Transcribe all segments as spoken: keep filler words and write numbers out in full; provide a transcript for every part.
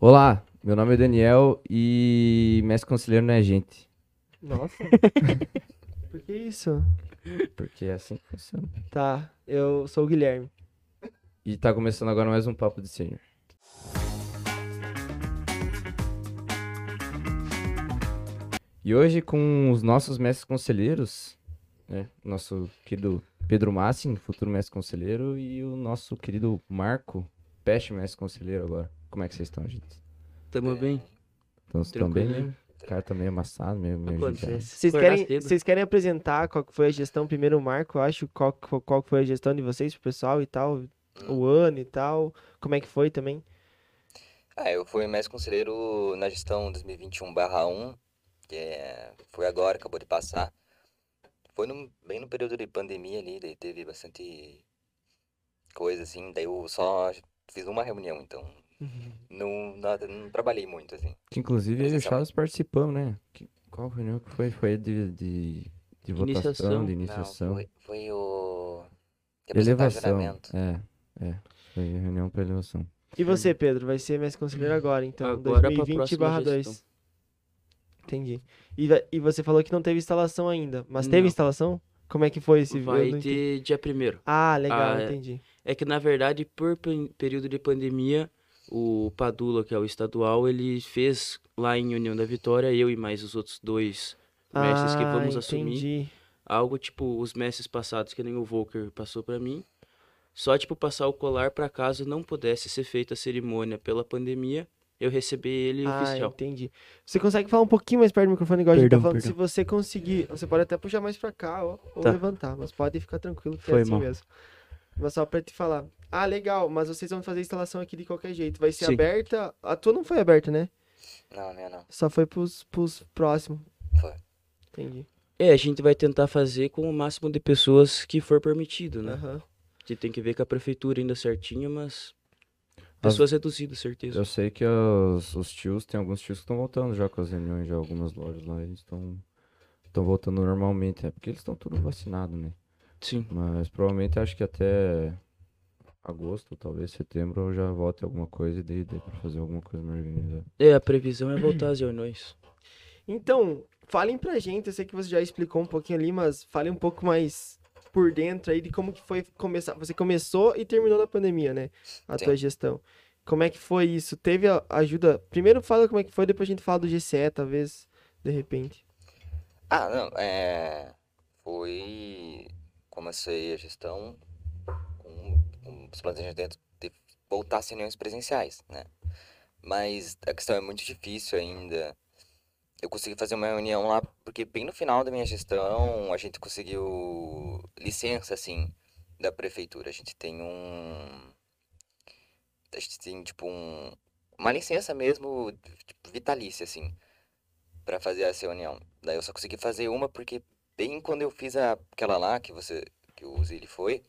Olá, meu nome é Daniel e mestre conselheiro não é gente, Nossa, por que isso? porque é assim que funciona. Tá, eu sou o Guilherme. E tá começando agora mais um Papo de Sênior. E hoje com os nossos mestres conselheiros, né? Nosso querido Pedro Massin, futuro mestre conselheiro, e o nosso querido Marco Peste, mestre conselheiro agora. Como é que vocês estão, gente? Tamo bem, Então, vocês estão bem tranquilinho. mesmo? O cara tá meio amassado, meio, meio judiado. Acontece. Vocês Acordar querem, cedo. vocês querem apresentar qual que foi a gestão primeiro, o Marco, eu acho, qual, que fo- qual que foi a gestão de vocês pro pessoal e tal, o ano e tal, como é que foi também? Ah, eu fui mestre conselheiro na gestão dois mil e vinte e um barra um, que é, foi agora, acabou de passar. Foi no- bem no período de pandemia ali, daí teve bastante coisa assim, daí eu só fiz uma reunião, então não, nada, não trabalhei muito assim, Que inclusive eu e o presencialmente. Chaves participamos, né? Que, qual reunião que foi? Foi de, de, de votação, Iniciação. de Não, iniciação. foi, foi o... de apresentar Elevação, juramento. é, é. Foi a reunião para elevação. E você, Pedro, vai ser mestre conselheiro agora, então, Agora pra dois mil e vinte próxima barra gestão. dois. Entendi. E, vai- e você falou que não teve instalação ainda, mas teve Não. instalação? Como é que foi esse... eu Vai não entendi. ter dia primeiro. Ah, legal, Ah, é. entendi. É que, na verdade, por pe- período de pandemia, o Padula, que é o estadual, ele fez lá em União da Vitória, eu e mais os outros dois mestres que Ah, vamos assumir. entendi. Algo tipo os mestres passados, que nem o Volker passou pra mim. Só, tipo, passar o colar pra caso não pudesse ser feita a cerimônia pela pandemia, eu receber ele Ah, oficial. entendi. Você consegue falar um pouquinho mais perto do microfone, igual a gente tá Perdão, falando? Se perdão. você conseguir, você pode até puxar mais pra cá, ó, ou Tá. levantar, mas pode ficar tranquilo que é Foi assim mal. mesmo. Mas só pra te falar. Ah, legal, mas vocês vão fazer a instalação aqui de qualquer jeito. Vai ser Sim. aberta. A tua não foi aberta, né? Não, não, não, Só foi pros, pros próximos. foi. Entendi. É, a gente vai tentar fazer com o máximo de pessoas que for permitido, né? Aham. A gente tem que ver com a prefeitura ainda certinho, mas As- pessoas reduzidas, certeza. Eu sei que os, os tios, tem alguns tios que estão voltando já com as reuniões, já algumas lojas lá, eles estão estão voltando normalmente, é porque eles estão tudo vacinados, né? Sim. Mas provavelmente acho que até agosto, talvez setembro, já volte alguma coisa e daí dê pra fazer alguma coisa mais organizada. É, a previsão é voltar às reuniões. Então, falem pra gente, eu sei que você já explicou um pouquinho ali, mas falem um pouco mais por dentro aí de como que foi começar. Você começou e terminou na pandemia, né? A Sim. tua gestão. Como é que foi isso? Teve a- ajuda? Primeiro fala como é que foi, depois a gente fala do G C E, talvez, de repente. Ah, não, é... Foi... Comecei a gestão com, com os planejamentos de voltar às reuniões presenciais, né? Mas a questão é muito difícil ainda. Eu consegui fazer uma reunião lá, porque bem no final da minha gestão, a gente conseguiu licença, assim, da prefeitura. A gente tem um... A gente tem, tipo, um... Uma licença mesmo, tipo, vitalícia, assim, pra fazer essa reunião. Daí eu só consegui fazer uma porque bem quando eu fiz a- aquela lá, que você... Que o Zili foi,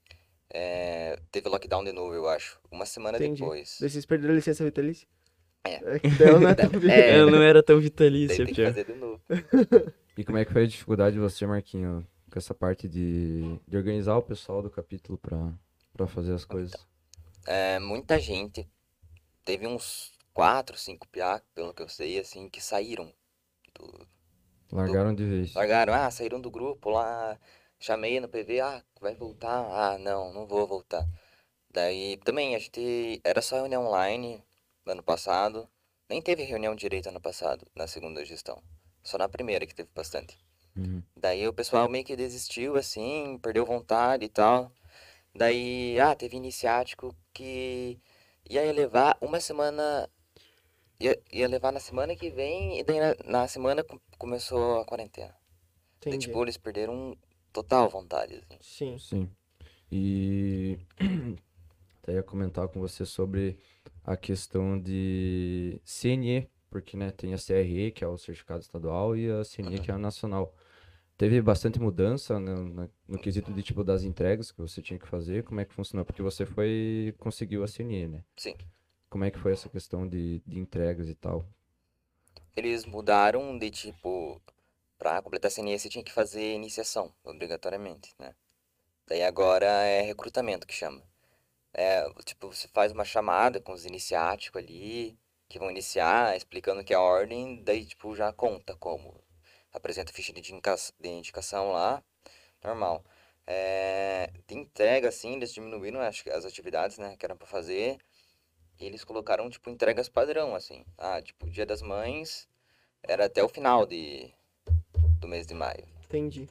é, teve lockdown de novo, eu acho. Uma semana Entendi. depois. Daí vocês perderam a licença vitalícia? É. É que dela não é tão É. Ela não era tão Daí vitalícia, tem que pior. fazer de novo. E como é que foi a dificuldade de você, Marquinho, com essa parte de, de organizar o pessoal do capítulo pra, pra fazer as coisas? É, muita gente. Teve uns quatro, cinco piá, pelo que eu sei, assim, que saíram do... Largaram de vez. Largaram, ah, saíram do grupo lá, chamei no P V, ah, vai voltar? Ah, não, não vou voltar. Daí também a gente, era só reunião online no ano passado, nem teve reunião direito ano passado, na segunda gestão, só na primeira que teve bastante. Uhum. Daí o pessoal meio que desistiu, assim, perdeu vontade e tal. Daí, ah, teve iniciático que ia levar uma semana, ia, ia levar na semana que vem, e daí na, na semana co- começou a quarentena. Daí, Entendi. tipo, eles perderam total vontade, assim. Sim. Sim. E até ia comentar com você sobre a questão de C N E, porque né, tem a C R E, que é o certificado estadual, e a C N E, que é a nacional. Teve bastante mudança no, na- no quesito de tipo das entregas que você tinha que fazer, como é que funcionou? Porque você foi, conseguiu a C N E, né? Sim. Como é que foi essa questão de, de entregas e tal? Eles mudaram de, tipo, pra completar a C N E você tinha que fazer iniciação, obrigatoriamente, né? Daí agora é recrutamento que chama. É, tipo, você faz uma chamada com os iniciáticos ali, que vão iniciar, explicando que é a ordem, daí, tipo, já conta como. Apresenta a ficha de indica- de indicação lá, normal. É, de entrega, assim, eles diminuíram acho que as atividades, né, que eram pra fazer, e eles colocaram, tipo, entregas padrão, assim. Ah, tipo, Dia das Mães era até o final de, do mês de maio. Entendi.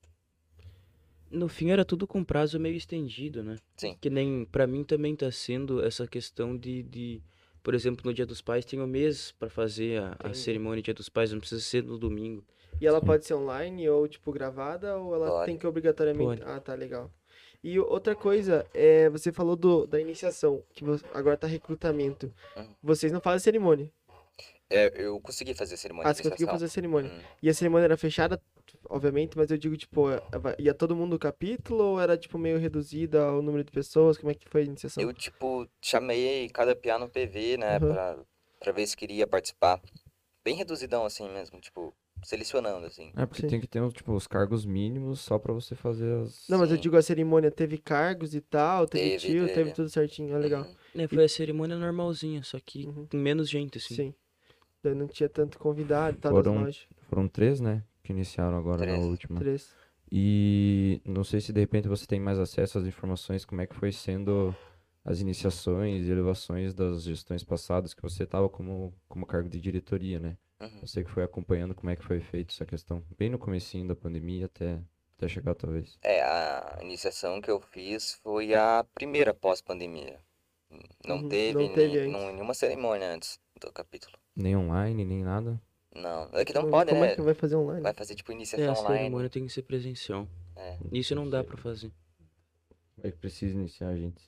No fim era tudo com prazo meio estendido, né? Sim. Que nem pra mim também tá sendo essa questão de, de por exemplo, no Dia dos Pais tem um mês pra fazer a, a Entendi. cerimônia Dia dos Pais, não precisa ser no domingo. E ela Sim. pode ser online ou, tipo, gravada, ou ela Pode. tem que obrigatoriamente... Pode. Ah, tá, legal. E o- outra coisa, é, você falou do, da iniciação, que vo- agora tá recrutamento. Uhum. Vocês não fazem cerimônia. É, eu consegui fazer a cerimônia Ah, de você conseguiu iniciação. fazer a cerimônia. Uhum. E a cerimônia era fechada, obviamente, mas eu digo, tipo, é- ia todo mundo no capítulo ou era, tipo, meio reduzida o número de pessoas? Como é que foi a iniciação? Eu, tipo, chamei cada piá no P V, né, Uhum. pra, pra ver se queria participar. Bem reduzidão, assim mesmo, tipo, selecionando, assim. É, porque Sim. tem que ter, tipo, os cargos mínimos só pra você fazer as... Não, mas eu Sim. digo, a cerimônia teve cargos e tal, teve, Teve, tio, teve teve. tudo certinho, ah, legal. Uhum. É, foi a cerimônia normalzinha, só que Uhum. com menos gente, assim. Sim. Daí não tinha tanto convidado e tal das Foram- lojas. Foram três, né? Que iniciaram agora na Três. última. Três. E não sei se de repente você tem mais acesso às informações, como é que foi sendo as iniciações e elevações das gestões passadas que você estava como, como cargo de diretoria, né? Uhum. Você que foi acompanhando como é que foi feita essa questão, bem no comecinho da pandemia até, até chegar talvez. É, a iniciação que eu fiz foi a primeira pós-pandemia. Não Uhum, teve, não teve nem- antes. não- nenhuma cerimônia antes do capítulo. Nem online, nem nada. Não, é que não Como- pode, Como né? é que vai fazer online? Vai fazer, tipo, É, iniciação a online. cerimônia tem que ser presencial. É. Isso não dá pra fazer. É que precisa iniciar, gente.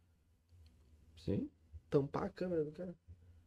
Sim? Tampar a câmera do cara.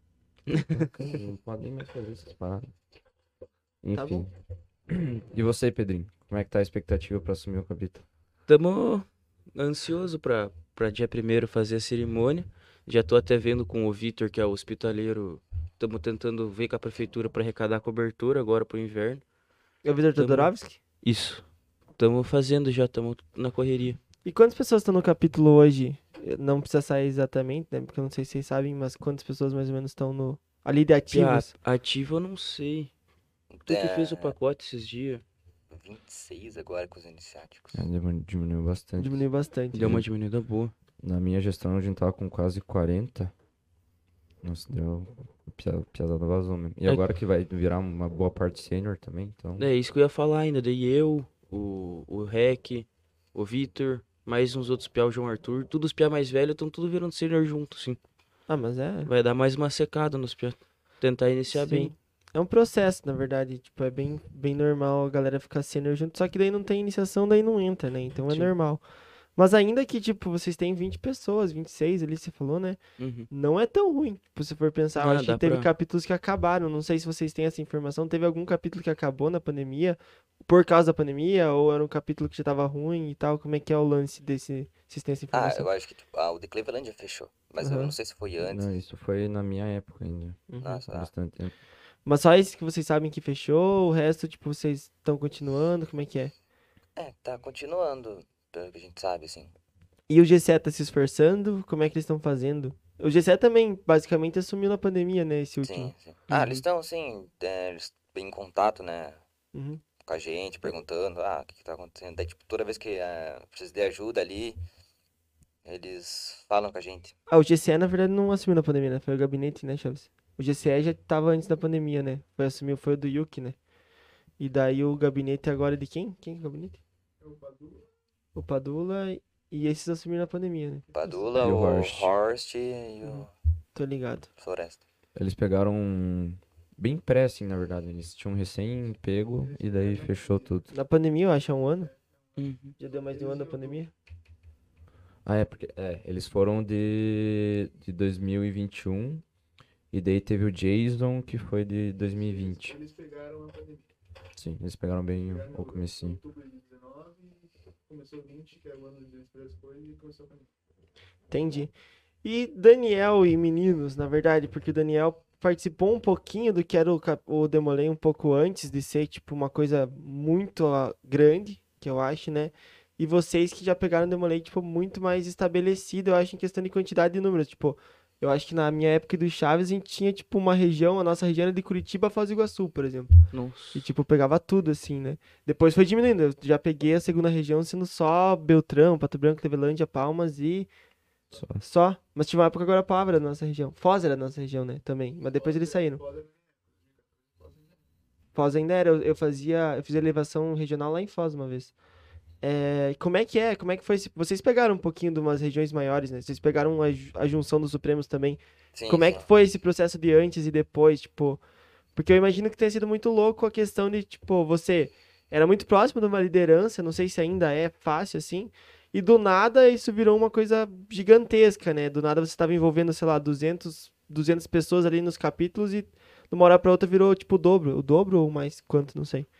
Não pode nem mais fazer essas paradas. Tá Enfim. bom. E você, Pedrinho? Como é que tá a expectativa pra assumir o capítulo? Tamo ansioso pra, pra dia primeiro fazer a cerimônia. Já tô até vendo com o Vitor, que é o hospitaleiro. Tamo tentando ver com a prefeitura pra arrecadar cobertura agora pro inverno. É o Vitor Tamo- Todorovski? Isso. Tamo fazendo já, tamo na correria. E quantas pessoas estão no capítulo hoje? Não precisa sair exatamente, né? Porque eu não sei se vocês sabem, mas quantas pessoas mais ou menos estão no... ali de Já, ativos? ativo eu não sei. Tu que fez o É, pacote esses dias. vinte e seis agora com os iniciáticos. É, diminuiu- diminuiu bastante. Diminuiu bastante. Deu uma diminuída boa. Na minha gestão a gente tava com quase quarenta. Nossa, deu. pia- Piazada vazou mesmo. E É- agora que vai virar uma boa parte sênior também, então. É isso que eu ia falar ainda. Daí eu, o, o Rec, o Vitor, mais uns outros piá, o João Arthur. Todos os piá mais velhos estão tudo virando sênior junto, assim. Ah, mas é... Vai dar mais uma secada nos piá. Tentar iniciar Sim. bem. É um processo, na verdade. Tipo, é bem, bem normal a galera ficar sênior junto. Só que daí não tem iniciação, daí não entra, né? Então é Sim. normal. Mas ainda que, tipo, vocês têm vinte pessoas, vinte e seis ali, você falou, né? Uhum. Não é tão ruim. Tipo, se for pensar, eu Ah, acho que dá teve pra- capítulos que acabaram. Não sei se vocês têm essa informação. Teve algum capítulo que acabou na pandemia por causa da pandemia? Ou era um capítulo que já tava ruim e tal? Como é que é o lance desse... Vocês têm essa Ah, informação? eu acho que tipo, ah, o de Cleveland já fechou. Mas eu Aham. não sei se foi antes. Não, isso foi na minha época ainda. Uhum. Nossa, Há ah, bastante tempo. Mas só esse que vocês sabem que fechou? O resto, tipo, vocês estão continuando? Como é que é? é, tá continuando, pelo que a gente sabe, assim. E o G C E tá se esforçando? Como é que eles estão fazendo? O G C E também, basicamente, assumiu na pandemia, né? Esse último. Sim, sim. Ah, Uhum. eles estão, assim, é, eles bem em contato, né, Uhum. com a gente, perguntando, ah, o que que tá acontecendo. Daí, tipo, toda vez que é, precisa de ajuda ali, eles falam com a gente. Ah, o G C E, na verdade, não assumiu na pandemia, né? Foi o gabinete, né, Chaves? O G C E já tava antes da pandemia, né? Foi assumiu, foi o do Yuki, né? E daí o gabinete agora é de quem? Quem que é o gabinete? O Padula e esses assumiram na pandemia, né? Padula, E o o Horst. Horst e o Tô ligado. Floresta. Eles pegaram um- bem pré, assim, na verdade. Eles tinham recém-pego e daí fechou tudo. Na pandemia, eu acho, há um ano. Uhum. Já deu mais de um ano da pandemia. Ah, é, porque é, eles foram de, de dois mil e vinte e um e daí teve o Jason, que foi de dois mil e vinte. Eles pegaram a pandemia. Sim, eles pegaram bem o, Pegaram o comecinho. outubro de dezenove, começou vinte, que é o ano de primeiras coisas, e começou a pandemia. Entendi. E Daniel e meninos, na verdade, porque o Daniel participou um pouquinho do que era o, cap- o Demolay um pouco antes de ser, tipo, uma coisa muito ah, grande, que eu acho, né? E vocês que já pegaram o Demolay, tipo, muito mais estabelecido, eu acho, em questão de quantidade de números. Tipo, Eu acho que na minha época do Chaves, a gente tinha, tipo, uma região, a nossa região era de Curitiba a Foz do Iguaçu, por exemplo. Nossa. E, tipo, pegava tudo, assim, né? Depois foi diminuindo. Eu já peguei a segunda região sendo só Beltrão, Pato Branco, Clevelândia, Palmas e Só. só. Mas tinha uma época que Guarapuava era da nossa região. Foz era da nossa região, né? Também. Mas depois eles saíram. Foz ainda era. Eu, eu fazia, eu fiz elevação regional lá em Foz uma vez. É, como é que é? Como é que foi? esse- Vocês pegaram um pouquinho de umas regiões maiores, né? Vocês pegaram a, ju- a junção dos Supremos também. Sim, Como é sim. que foi esse processo de antes e depois, tipo... Porque eu imagino que tenha sido muito louco a questão de, tipo, você era muito próximo de uma liderança, não sei se ainda é fácil assim, e do nada isso virou uma coisa gigantesca, né? Do nada você estava envolvendo, sei lá, duzentos, duzentas pessoas ali nos capítulos e de uma hora pra outra virou, tipo, o dobro. O dobro ou mais quanto, não sei.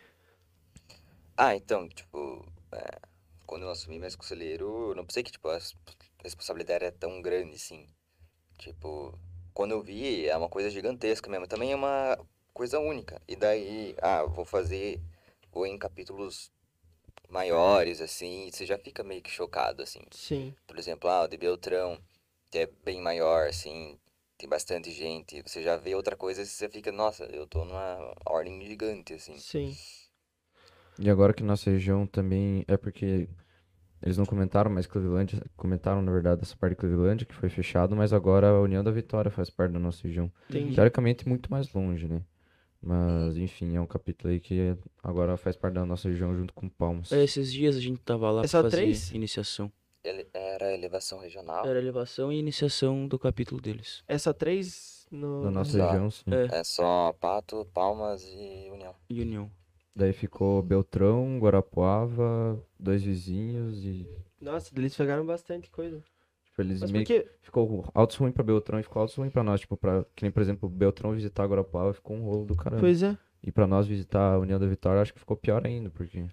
Ah, então, tipo, é, quando eu assumi mais conselheiro, eu não pensei que, tipo, a res- responsabilidade era tão grande, assim. Tipo, quando eu vi, é uma coisa gigantesca mesmo. Também é uma coisa única. E daí, ah, vou fazer, vou em capítulos maiores, assim, e você já fica meio que chocado, assim. Sim, Por exemplo, ah, o de Beltrão, que é bem maior, assim, tem bastante gente. Você já vê outra coisa e você fica, nossa, eu tô numa ordem gigante, assim. sim. E agora que nossa região também é porque eles não comentaram, mas Clevelândia, comentaram na verdade essa parte de Clevelândia que foi fechado, mas agora a União da Vitória faz parte da nossa região. Entendi. Teoricamente muito mais longe, né? Uhum. Mas enfim, é um capítulo aí que agora faz parte da nossa região junto com Palmas. É, esses dias a gente tava lá É pra só fazer três? iniciação. Ele era elevação regional. Era elevação e iniciação do capítulo deles. É só três no... Na nossa Só. região, sim. É, É só Pato, Palmas e União. e União. Daí ficou Beltrão, Guarapuava, dois vizinhos e Nossa, eles pegaram bastante coisa. tipo, eles Mas meio por que que... ficou altos ruim pra Beltrão e ficou altos ruim pra nós, tipo, pra, que nem por exemplo, Beltrão visitar Guarapuava ficou um rolo do caramba. Pois é. E pra nós visitar a União da Vitória, acho que ficou pior ainda, porque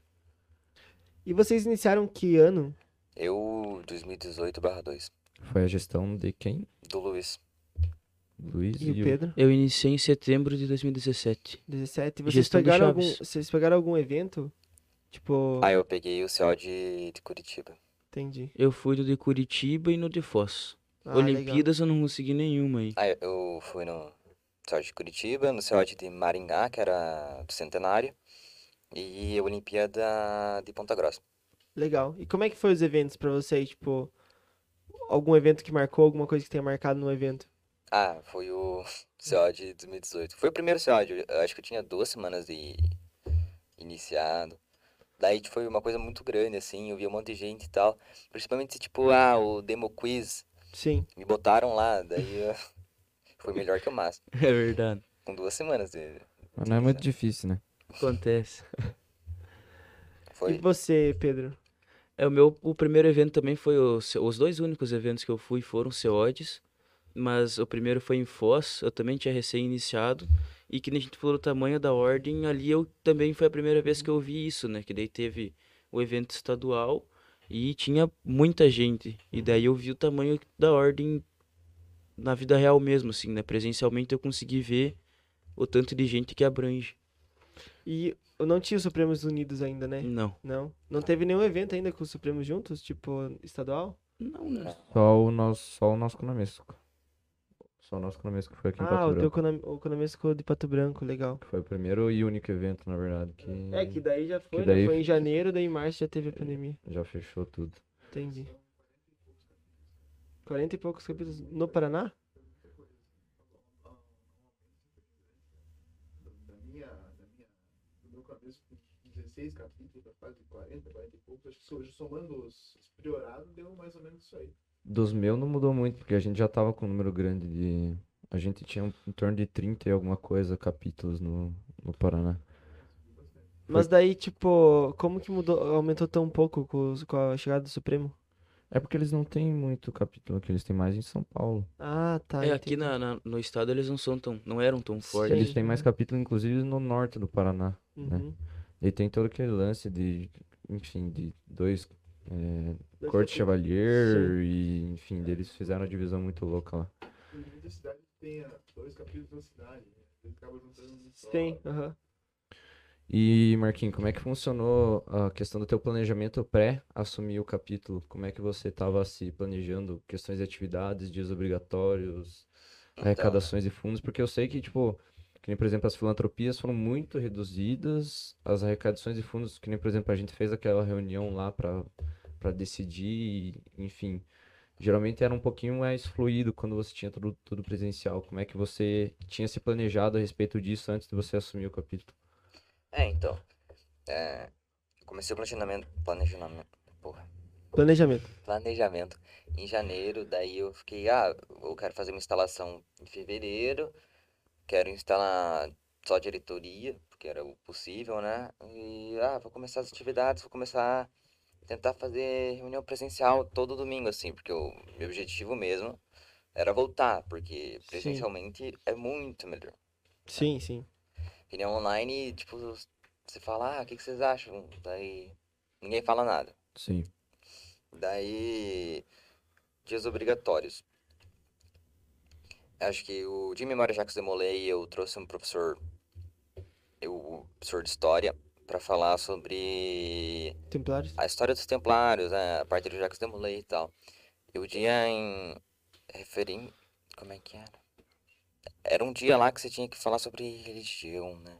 E vocês iniciaram que ano? Eu, dois mil e dezoito barra dois. foi a gestão de quem? Do Luiz. Luiz E o e o... Pedro? Eu iniciei em setembro de dois mil e dezessete. dezessete. Vocês Gestão do pegaram algum, Chaves. vocês pegaram algum evento? Tipo, Ah, eu peguei o C O de, de Curitiba. entendi. Eu fui no de Curitiba e no de Foz. Ah, legal. Olimpíadas eu não consegui nenhuma aí. Ah, eu- eu fui no C O de Curitiba, no C O de Maringá, que era do Centenário, e a Olimpíada de Ponta Grossa. Legal. E como é que foi os eventos pra vocês? Tipo, algum evento que marcou, alguma coisa que tenha marcado no evento? Ah, foi o C O de dois mil e dezoito. Foi o primeiro C O de, eu acho que eu tinha duas semanas de iniciado. Daí tipo, foi uma coisa muito grande, assim, eu vi um monte de gente e tal. Principalmente, tipo, ah, o Demo Quiz, Sim. me botaram lá, daí eh, foi melhor que o máximo. É verdade. Com duas semanas de... Mas não é muito difícil, né? Acontece. E Foi... você, Pedro? É, o meu o primeiro evento também foi o, C- os dois únicos eventos que eu fui foram C O Ds, mas o primeiro foi em Foz, eu também tinha recém-iniciado, e que nem a gente falou do tamanho da ordem, ali eu também foi a primeira vez que eu vi isso, né? Que daí teve o evento estadual e tinha muita gente, e daí eu vi o tamanho da ordem na vida real mesmo, assim, né? Presencialmente eu consegui ver o tanto de gente que abrange. E eu não tinha os Supremos Unidos ainda, né? Não. Não? Não teve nenhum evento ainda com os Supremos juntos, tipo, estadual? Não, né? Só o nosso, só o nosso Conamesco. Só o nosso Conamesco que foi aqui em Ah, Pato o teu Branco. Conam- o Economês de Pato Branco, legal. Que foi o primeiro e único evento, na verdade, que É, que daí já foi, Que daí- né? Foi em janeiro, daí em março já teve a pandemia. já fechou tudo. Entendi. quarenta e poucos capítulos no Paraná? Da minha, da minha, do meu cabeça, com dezesseis capítulos, da quase quarenta, quarenta e poucos, acho que so- somando os, os priorados, deu mais ou menos isso aí. Dos meus não mudou muito, porque a gente já tava com um número grande de. A gente tinha um- em torno de trinta e alguma coisa capítulos no, no Paraná. Mas daí, tipo, como que mudou, aumentou tão pouco com, os- com a chegada do Supremo? É porque eles não têm muito capítulo aqui, eles têm mais em São Paulo. Ah, tá. É, aqui entendi. na, na- no estado eles não são tão, não eram tão Sim. fortes. Eles têm mais uhum. capítulo, inclusive, no norte do Paraná, né? Uhum. E tem todo aquele lance de, enfim, de dois é, Dois Corte capítulos. Chevalier e, enfim, eles fizeram uma divisão muito louca lá. Tem muita cidade que tenha dois capítulos da cidade, né? Ele acaba juntando um só. Sim, aham. E, Marquinhos, como é que funcionou a questão do teu planejamento pré-assumir o capítulo? Como é que você estava se planejando? Questões de atividades, dias obrigatórios, Então, arrecadações e fundos? Porque eu sei que, tipo, que nem, por exemplo, as filantropias foram muito reduzidas, as arrecadações e fundos, que nem, por exemplo, a gente fez aquela reunião lá para para decidir, e, enfim, geralmente era um pouquinho mais fluido quando você tinha tudo, tudo presencial. Como é que você tinha se planejado a respeito disso antes de você assumir o capítulo? é, então, é, eu comecei o planejamento, planejamento, porra, Planejamento. planejamento em janeiro, daí eu fiquei, ah, eu quero fazer uma instalação em fevereiro, quero instalar só a diretoria, porque era o possível, né? E, ah, vou começar as atividades, vou começar a tentar fazer reunião presencial todo domingo, assim, porque o meu objetivo mesmo era voltar, porque Sim. presencialmente é muito melhor. Sim, sim. Reunião online, tipo, você fala, ah, o que que vocês acham? Daí ninguém fala nada. Sim. Daí, dias obrigatórios. Acho que o de memória Jacques Demolay, eu trouxe um professor, eu, o professor de história, para falar sobre Templários? a história dos Templários, né, a parte do Jacques Demolay e tal. E o dia em referim, como é que era? Era um dia lá que você tinha que falar sobre religião, né?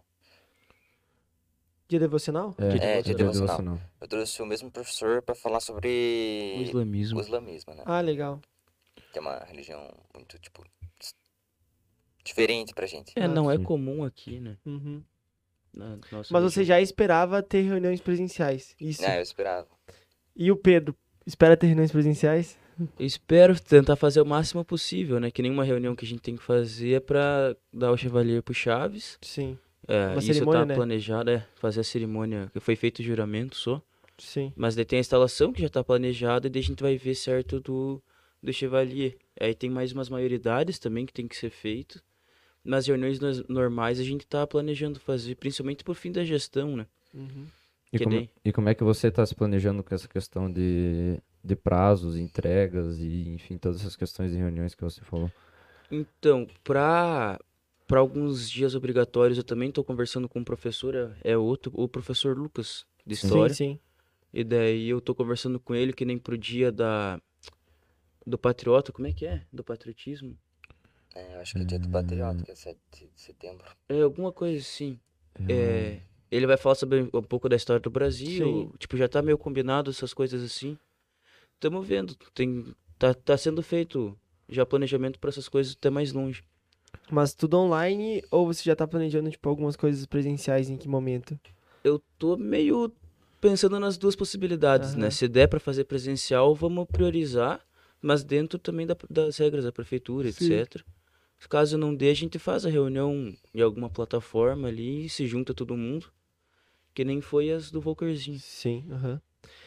Dia devocional? É, Dia É, dia dia devocional. devocional. Eu trouxe o mesmo professor para falar O sobre o islamismo. islamismo, né? Ah, legal. Que é uma religião muito, tipo, s- diferente pra gente. É, Ah, não é sim. comum aqui, né? Uhum. Na nossa Mas você região. já esperava ter reuniões presenciais. Isso. É, eu esperava. E o Pedro? Espera ter reuniões presenciais? Eu espero tentar fazer o máximo possível, né? Que nenhuma reunião que a gente tem que fazer é pra dar o Chevalier pro Chaves. Sim. É, Uma isso cerimônia, tá né? planejado, é fazer a cerimônia, que foi feito o juramento só. Sim. Mas daí tem a instalação que já tá planejada e daí a gente vai ver certo do, do Chevalier. Aí tem mais umas maioridades também que tem que ser feito. Nas reuniões nos- normais a gente tá planejando fazer, principalmente por fim da gestão, né? Uhum. E Que como, daí- e como é que você está se planejando com essa questão de, de prazos, entregas e, enfim, todas essas questões de reuniões que você falou? Então, pra, pra alguns dias obrigatórios eu também tô conversando com o professor, é é outro, o professor Lucas, de Sim. História. Sim, sim. E daí eu tô conversando com ele que nem pro dia da, do patriota, como é que é? Do patriotismo? É, eu acho que é dia do patriota, que é sete de setembro. É alguma coisa assim. Eu É, ele vai falar sobre um pouco da história do Brasil, Sim. tipo, já tá meio combinado essas coisas assim. Tamo vendo, tem, tá, tá sendo feito já planejamento pra essas coisas até mais longe. Mas tudo online ou você já tá planejando, tipo, algumas coisas presenciais em que momento? Eu tô meio pensando nas duas possibilidades, né? Aham. Se der pra fazer presencial, vamos priorizar, mas dentro também da- das regras da prefeitura, Sim. etcétera. Caso não dê, a gente faz a reunião em alguma plataforma ali e se junta todo mundo, que nem foi as do Volkerzinho. Sim, aham.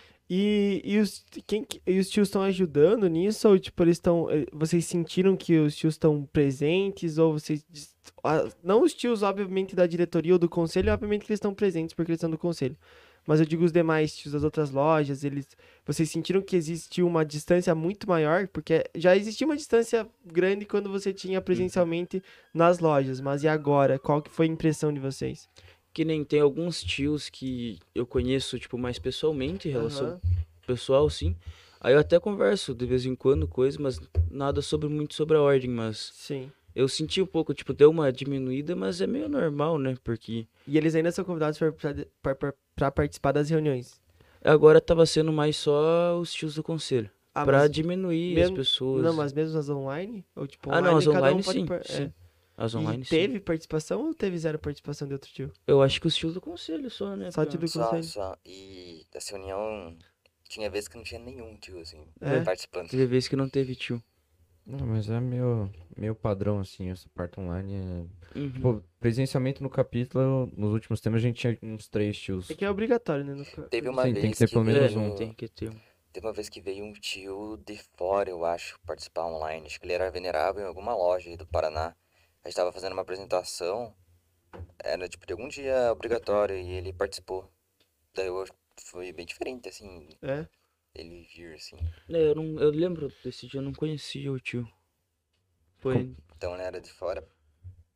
E, e, os, quem, que- e os tios estão ajudando nisso? Ou, tipo, eles estão. eh, Vocês sentiram que os tios estão presentes? Ou vocês. dis- ah, Não os tios, obviamente, da diretoria ou do conselho, obviamente que eles estão presentes porque eles estão do conselho. Mas eu digo os demais tios das outras lojas, eles. Vocês sentiram que existiu uma distância muito maior? Porque já existia uma distância grande quando você tinha presencialmente nas lojas. Mas e agora? Qual que foi a impressão de vocês? Que nem tem alguns tios que eu conheço, tipo, mais pessoalmente, em relação Aham. pessoal, sim. Aí eu até converso de vez em quando coisa, mas nada sobre muito sobre a ordem, mas Sim. eu senti um pouco, tipo, deu uma diminuída, mas é meio normal, né? Porque E eles ainda são convidados para participar das reuniões. agora tava sendo mais só os tios do conselho. Ah, Pra mas diminuir mesmo- as pessoas. Não, mas mesmo as online? Ou tipo, Ah, não, online, as cada um online pode sim, par- é. sim. As online E sim. teve participação ou teve zero participação de outro tio? Eu acho que os tios do conselho só, né? Só pra- tio do Só, conselho. só. E dessa reunião, tinha vezes que não tinha nenhum tio, assim, É? participando. Teve vezes que não teve tio. Não, mas é meio, meio padrão, assim, essa parte online. É... Uhum. Tipo, presencialmente no capítulo, nos últimos temas a gente tinha uns três tios. É que é obrigatório, né? no ca- Teve uma Sim, vez tem que ter pelo menos É, um. tem que ter um. Teve uma vez que veio um tio de fora, eu acho, participar online. Acho que ele era venerável em alguma loja aí do Paraná. A gente tava fazendo uma apresentação, era tipo de algum dia obrigatório, e ele participou. Daí eu, foi bem diferente, assim, É? ele vir, assim. É, eu, não, eu lembro desse dia, eu não conhecia o tio. Foi. Com- Então ele era de fora.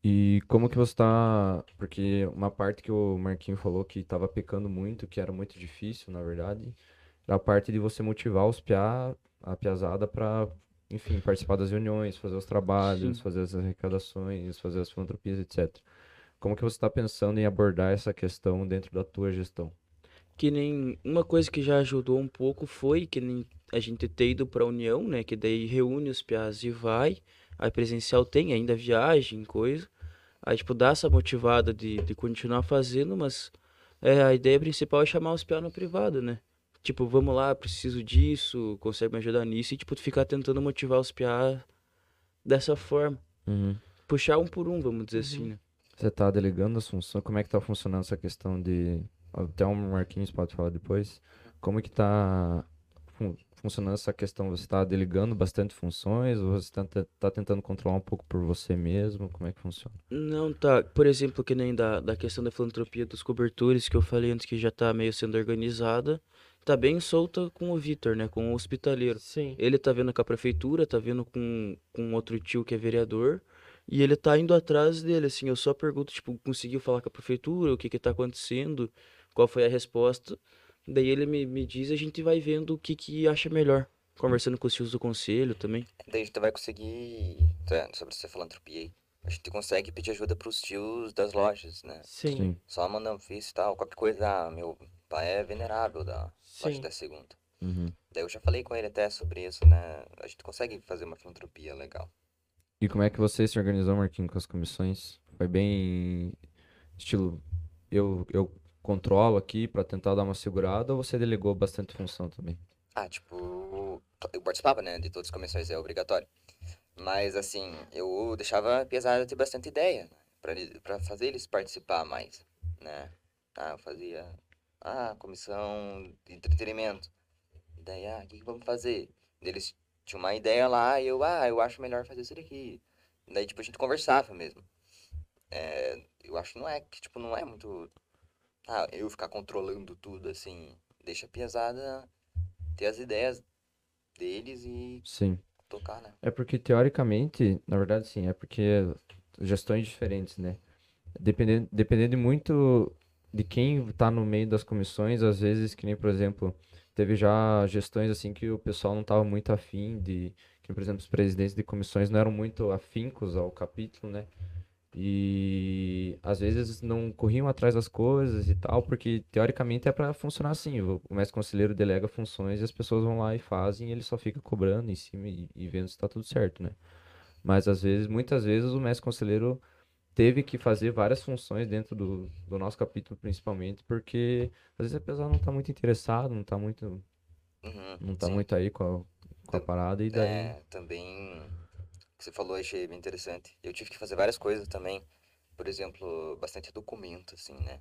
E como que você tá. Porque uma parte que o Marquinho falou que tava pecando muito, que era muito difícil, na verdade, era a parte de você motivar os piá, a piazada pra, enfim, participar das reuniões, fazer os trabalhos, Sim. fazer as arrecadações, fazer as filantropias, etcétera. Como que você tá pensando em abordar essa questão dentro da tua gestão? Que nem uma coisa que já ajudou um pouco foi que nem a gente ter ido pra União, né? Que daí reúne os piás e vai. Aí presencial tem ainda viagem, coisa. Aí, tipo, dá essa motivada de, de continuar fazendo, mas é, a ideia principal é chamar os piá no privado, né? Tipo, vamos lá, preciso disso, consegue me ajudar nisso. E, tipo, tu ficar tentando motivar os piá dessa forma. Uhum. Puxar um por um, vamos dizer assim, Uhum. né? Você tá delegando as funções? Como é que tá funcionando essa questão de. Até o Marquinhos pode falar depois. Como é que tá fun- funcionando essa questão? Você tá delegando bastante funções ou você tá, te- tá tentando controlar um pouco por você mesmo? Como é que funciona? Não, tá. Por exemplo, que nem da, da questão da filantropia dos cobertores, que eu falei antes que já tá meio sendo organizada, tá bem solta com o Vitor, né? Com o hospitaleiro. Sim. Ele tá vendo com a prefeitura, tá vendo com, com outro tio que é vereador, e ele tá indo atrás dele, assim. Eu só pergunto, tipo, conseguiu falar com a prefeitura, o que que tá acontecendo, qual foi a resposta. Daí ele me, me diz e a gente vai vendo o que que acha melhor. Conversando com os tios do conselho também. Daí a gente vai conseguir, tá, sobre essa filantropia aí, a gente consegue pedir ajuda pros tios das lojas, né? Sim. Sim. Só mandar um ofício e tal, qualquer coisa, ah, meu pai é venerável da loja Sim. da segunda. Uhum. Daí eu já falei com ele até sobre isso, né? A gente consegue fazer uma filantropia legal. E como é que você se organizou, Marquinhos, com as comissões? Foi bem estilo, eu, eu controlo aqui pra tentar dar uma segurada ou você delegou bastante função também? Ah, tipo, eu participava, né, de todas as comissões, é obrigatório. Mas, assim, eu deixava a pesada ter bastante ideia, né, pra, ele- pra fazer eles participar mais, né? Ah, eu fazia, ah, comissão de entretenimento. Daí, ah, o que que vamos fazer? Daí eles tinham uma ideia lá e eu, ah, eu acho melhor fazer isso daqui. Daí, tipo, a gente conversava mesmo. É, eu acho que não é, que, tipo, não é muito, ah, eu ficar controlando tudo, assim. Deixa a pesada ter as ideias deles e Sim. tocar, né? É porque, teoricamente, na verdade, sim, é porque gestões diferentes, né? Dependendo, dependendo de muito de quem tá no meio das comissões, às vezes, que nem, por exemplo, teve já gestões assim que o pessoal não tava muito afim de, que, por exemplo, os presidentes de comissões não eram muito afincos ao capítulo, né? E às vezes não corriam atrás das coisas e tal, porque teoricamente é para funcionar assim. O o mestre conselheiro delega funções e as pessoas vão lá e fazem, e ele só fica cobrando em cima e, e vendo se tá tudo certo, né? Mas às vezes, muitas vezes, o mestre conselheiro teve que fazer várias funções dentro do, do nosso capítulo, principalmente, porque às vezes a pessoa não tá muito interessado, não tá muito, Uhum, não tá sim. muito aí com a, com a Tam- parada, e daí. é, também, o que você falou, achei bem interessante. Eu tive que fazer várias coisas também. Por exemplo, bastante documento, assim, né?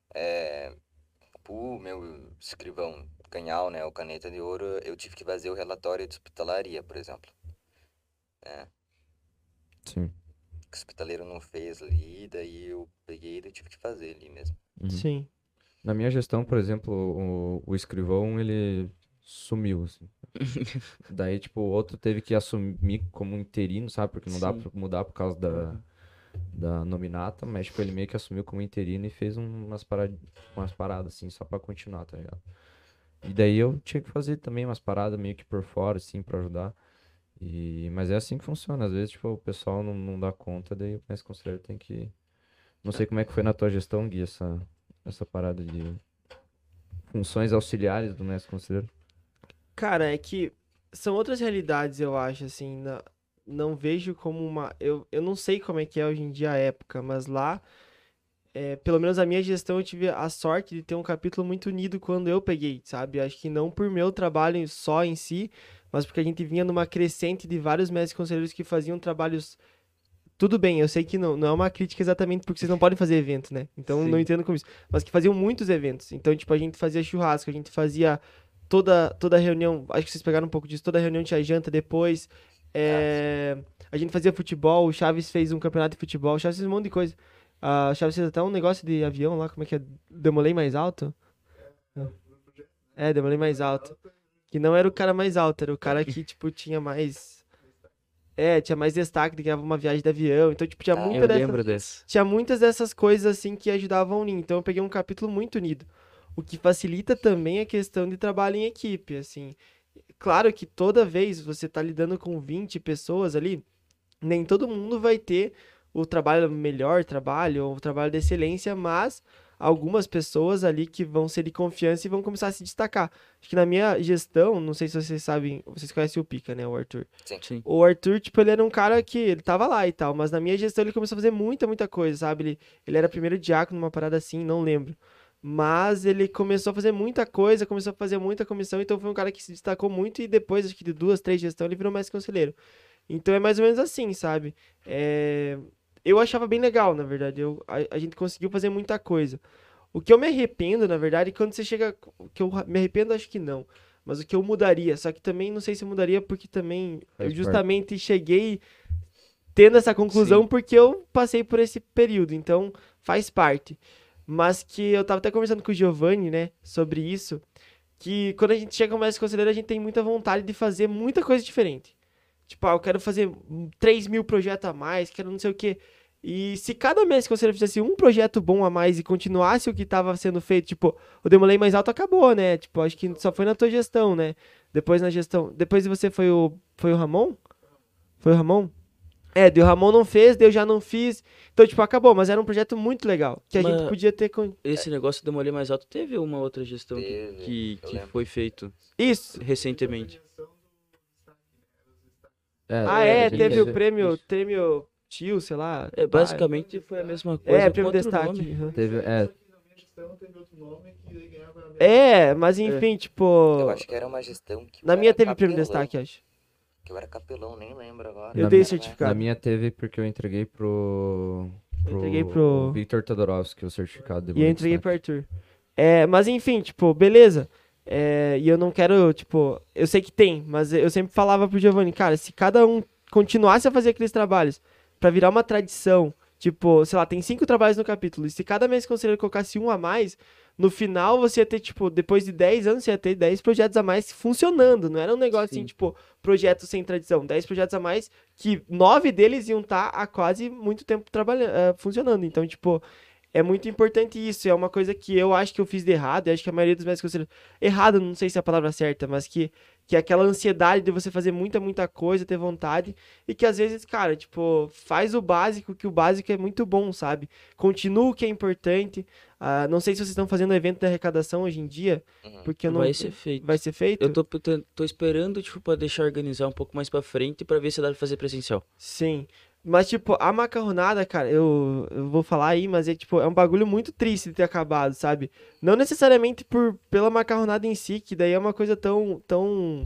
É, o meu escrivão canhal, né, o caneta de ouro, eu tive que fazer o relatório de hospitalaria, por exemplo. Né? Sim. Que o hospitaleiro não fez ali, daí eu peguei e eu tive que fazer ali mesmo. Uhum. Sim. Na minha gestão, por exemplo, o, o escrivão, ele sumiu, assim. Daí, tipo, o outro teve que assumir como interino, sabe? Porque não dá Sim. pra mudar por causa da, da nominata, mas, tipo, ele meio que assumiu como interino e fez um- umas, parad... umas paradas, assim, só pra continuar, tá ligado? E daí eu tinha que fazer também umas paradas meio que por fora, assim, pra ajudar. E... Mas é assim que funciona. Às vezes, tipo, o pessoal não, não dá conta, daí o mestre conselheiro tem que... Não sei como é que foi na tua gestão, Gui, essa, essa parada de funções auxiliares do mestre conselheiro. Cara, é que são outras realidades, eu acho, assim, na- não vejo como uma... Eu, eu não sei como é que é hoje em dia a época, mas lá, é, pelo menos a minha gestão, eu tive a sorte de ter um capítulo muito unido quando eu peguei, sabe? Acho que não por meu trabalho só em si, mas porque a gente vinha numa crescente de vários mestres conselheiros que faziam trabalhos... Tudo bem, eu sei que não, não é uma crítica exatamente porque vocês não podem fazer evento, né? Então não Sim. entendo como isso. Mas que faziam muitos eventos. Então, tipo, a gente fazia churrasco, a gente fazia toda, toda reunião. Acho que vocês pegaram um pouco disso. Toda reunião tinha janta depois. É, a gente fazia futebol. O Chaves fez um campeonato de futebol. O Chaves fez um monte de coisa. A Chaves fez até um negócio de avião lá. Como é que é? Demolei mais alto? É, demolei mais alto. Que não era o cara mais alto, era o cara que, tipo, tinha mais. É, tinha mais destaque, ganhava uma viagem de avião. Então, tipo, tinha Ah, muita Eu dessa, lembro dessa. tinha muitas dessas coisas, assim, que ajudavam a unir. Então, eu peguei um capítulo muito unido. O que facilita também a questão de trabalho em equipe, assim. Claro que toda vez você tá lidando com vinte pessoas ali, nem todo mundo vai ter o trabalho melhor trabalho ou o trabalho de excelência, mas algumas pessoas ali que vão ser de confiança e vão começar a se destacar. Acho que na minha gestão, não sei se vocês sabem, vocês conhecem o Pica, né, o Arthur. Sim. O Arthur, tipo, ele era um cara que, ele tava lá e tal, mas na minha gestão ele começou a fazer muita, muita coisa, sabe? Ele, ele era primeiro diácono numa parada assim, não lembro. Mas ele começou a fazer muita coisa, começou a fazer muita comissão, então foi um cara que se destacou muito e depois, acho que de duas, três gestões, ele virou mais conselheiro. Então é mais ou menos assim, sabe? É, eu achava bem legal, na verdade. Eu, a, a gente conseguiu fazer muita coisa. O que eu me arrependo, na verdade, quando você chega. O que eu me arrependo, acho que não. Mas o que eu mudaria, só que também não sei se eu mudaria, porque também Faz eu justamente cheguei tendo essa conclusão Sim. porque eu passei por esse período, então faz parte. Mas que eu tava até conversando com o Giovanni, né, sobre isso, que quando a gente chega como mestre conselheiro, a gente tem muita vontade de fazer muita coisa diferente. Tipo, ah, eu quero fazer três mil projetos a mais, quero não sei o quê. E se cada mês que você fizesse um projeto bom a mais e continuasse o que estava sendo feito, tipo, o Demolei Mais Alto acabou, né? Tipo, acho que só foi na tua gestão, né? Depois na gestão. Depois de você foi o. Foi o Ramon? Foi o Ramon? É, daí o Ramon não fez, daí eu já não fiz. Então, tipo, acabou, mas era um projeto muito legal. Que a Mas- gente podia ter. con- Esse negócio de Demolei Mais Alto teve uma outra gestão que, Teve, que, eu que lembro. foi feito Isso. recentemente. Ah, é, a gente teve o teve- prêmio. Prêmio Tio, sei lá. É, pai. basicamente foi a mesma coisa. É, com prêmio outro destaque. nome. uhum. Teve, é, Na minha gestão teve outro nome que daí ganhava a mesma- É, mas enfim, tipo. Eu acho que era uma gestão que Na eu minha era teve prêmio capelão, destaque, acho. Que eu era capelão, nem lembro agora. Eu Na dei minha- certificado. na minha teve porque eu entreguei pro. Eu entreguei pro- Victor Todorovski, o certificado de E eu bom entreguei pro destaque. Arthur. É, mas enfim, tipo, beleza. É, e eu não quero, tipo, eu sei que tem, mas eu sempre falava pro Giovanni, cara, se cada um continuasse a fazer aqueles trabalhos pra virar uma tradição, tipo, sei lá, tem cinco trabalhos no capítulo, e se cada mês conselheiro colocasse um a mais, no final você ia ter, tipo, depois de dez anos, você ia ter dez projetos a mais funcionando, não era um negócio assim, Sim. tipo, projeto sem tradição, dez projetos a mais, que nove deles iam estar há quase muito tempo trabalhando, eh, funcionando, então, tipo, é muito importante isso, é uma coisa que eu acho que eu fiz de errado, eu acho que a maioria dos médicos conselheiros, errado, não sei se é a palavra certa, mas que, que é aquela ansiedade de você fazer muita, muita coisa, ter vontade, e que às vezes, cara, tipo, faz o básico, que o básico é muito bom, sabe? Continua o que é importante, ah, não sei se vocês estão fazendo evento de arrecadação hoje em dia, Uhum. porque eu não... Vai ser feito. Vai ser feito? Eu tô, tô, tô esperando, tipo, pra deixar organizar um pouco mais pra frente pra ver se dá pra fazer presencial. Sim. Mas, tipo, a macarronada, cara, eu, eu vou falar aí, mas é, tipo, é um bagulho muito triste de ter acabado, sabe? Não necessariamente por, pela macarronada em si, que daí é uma coisa tão, tão,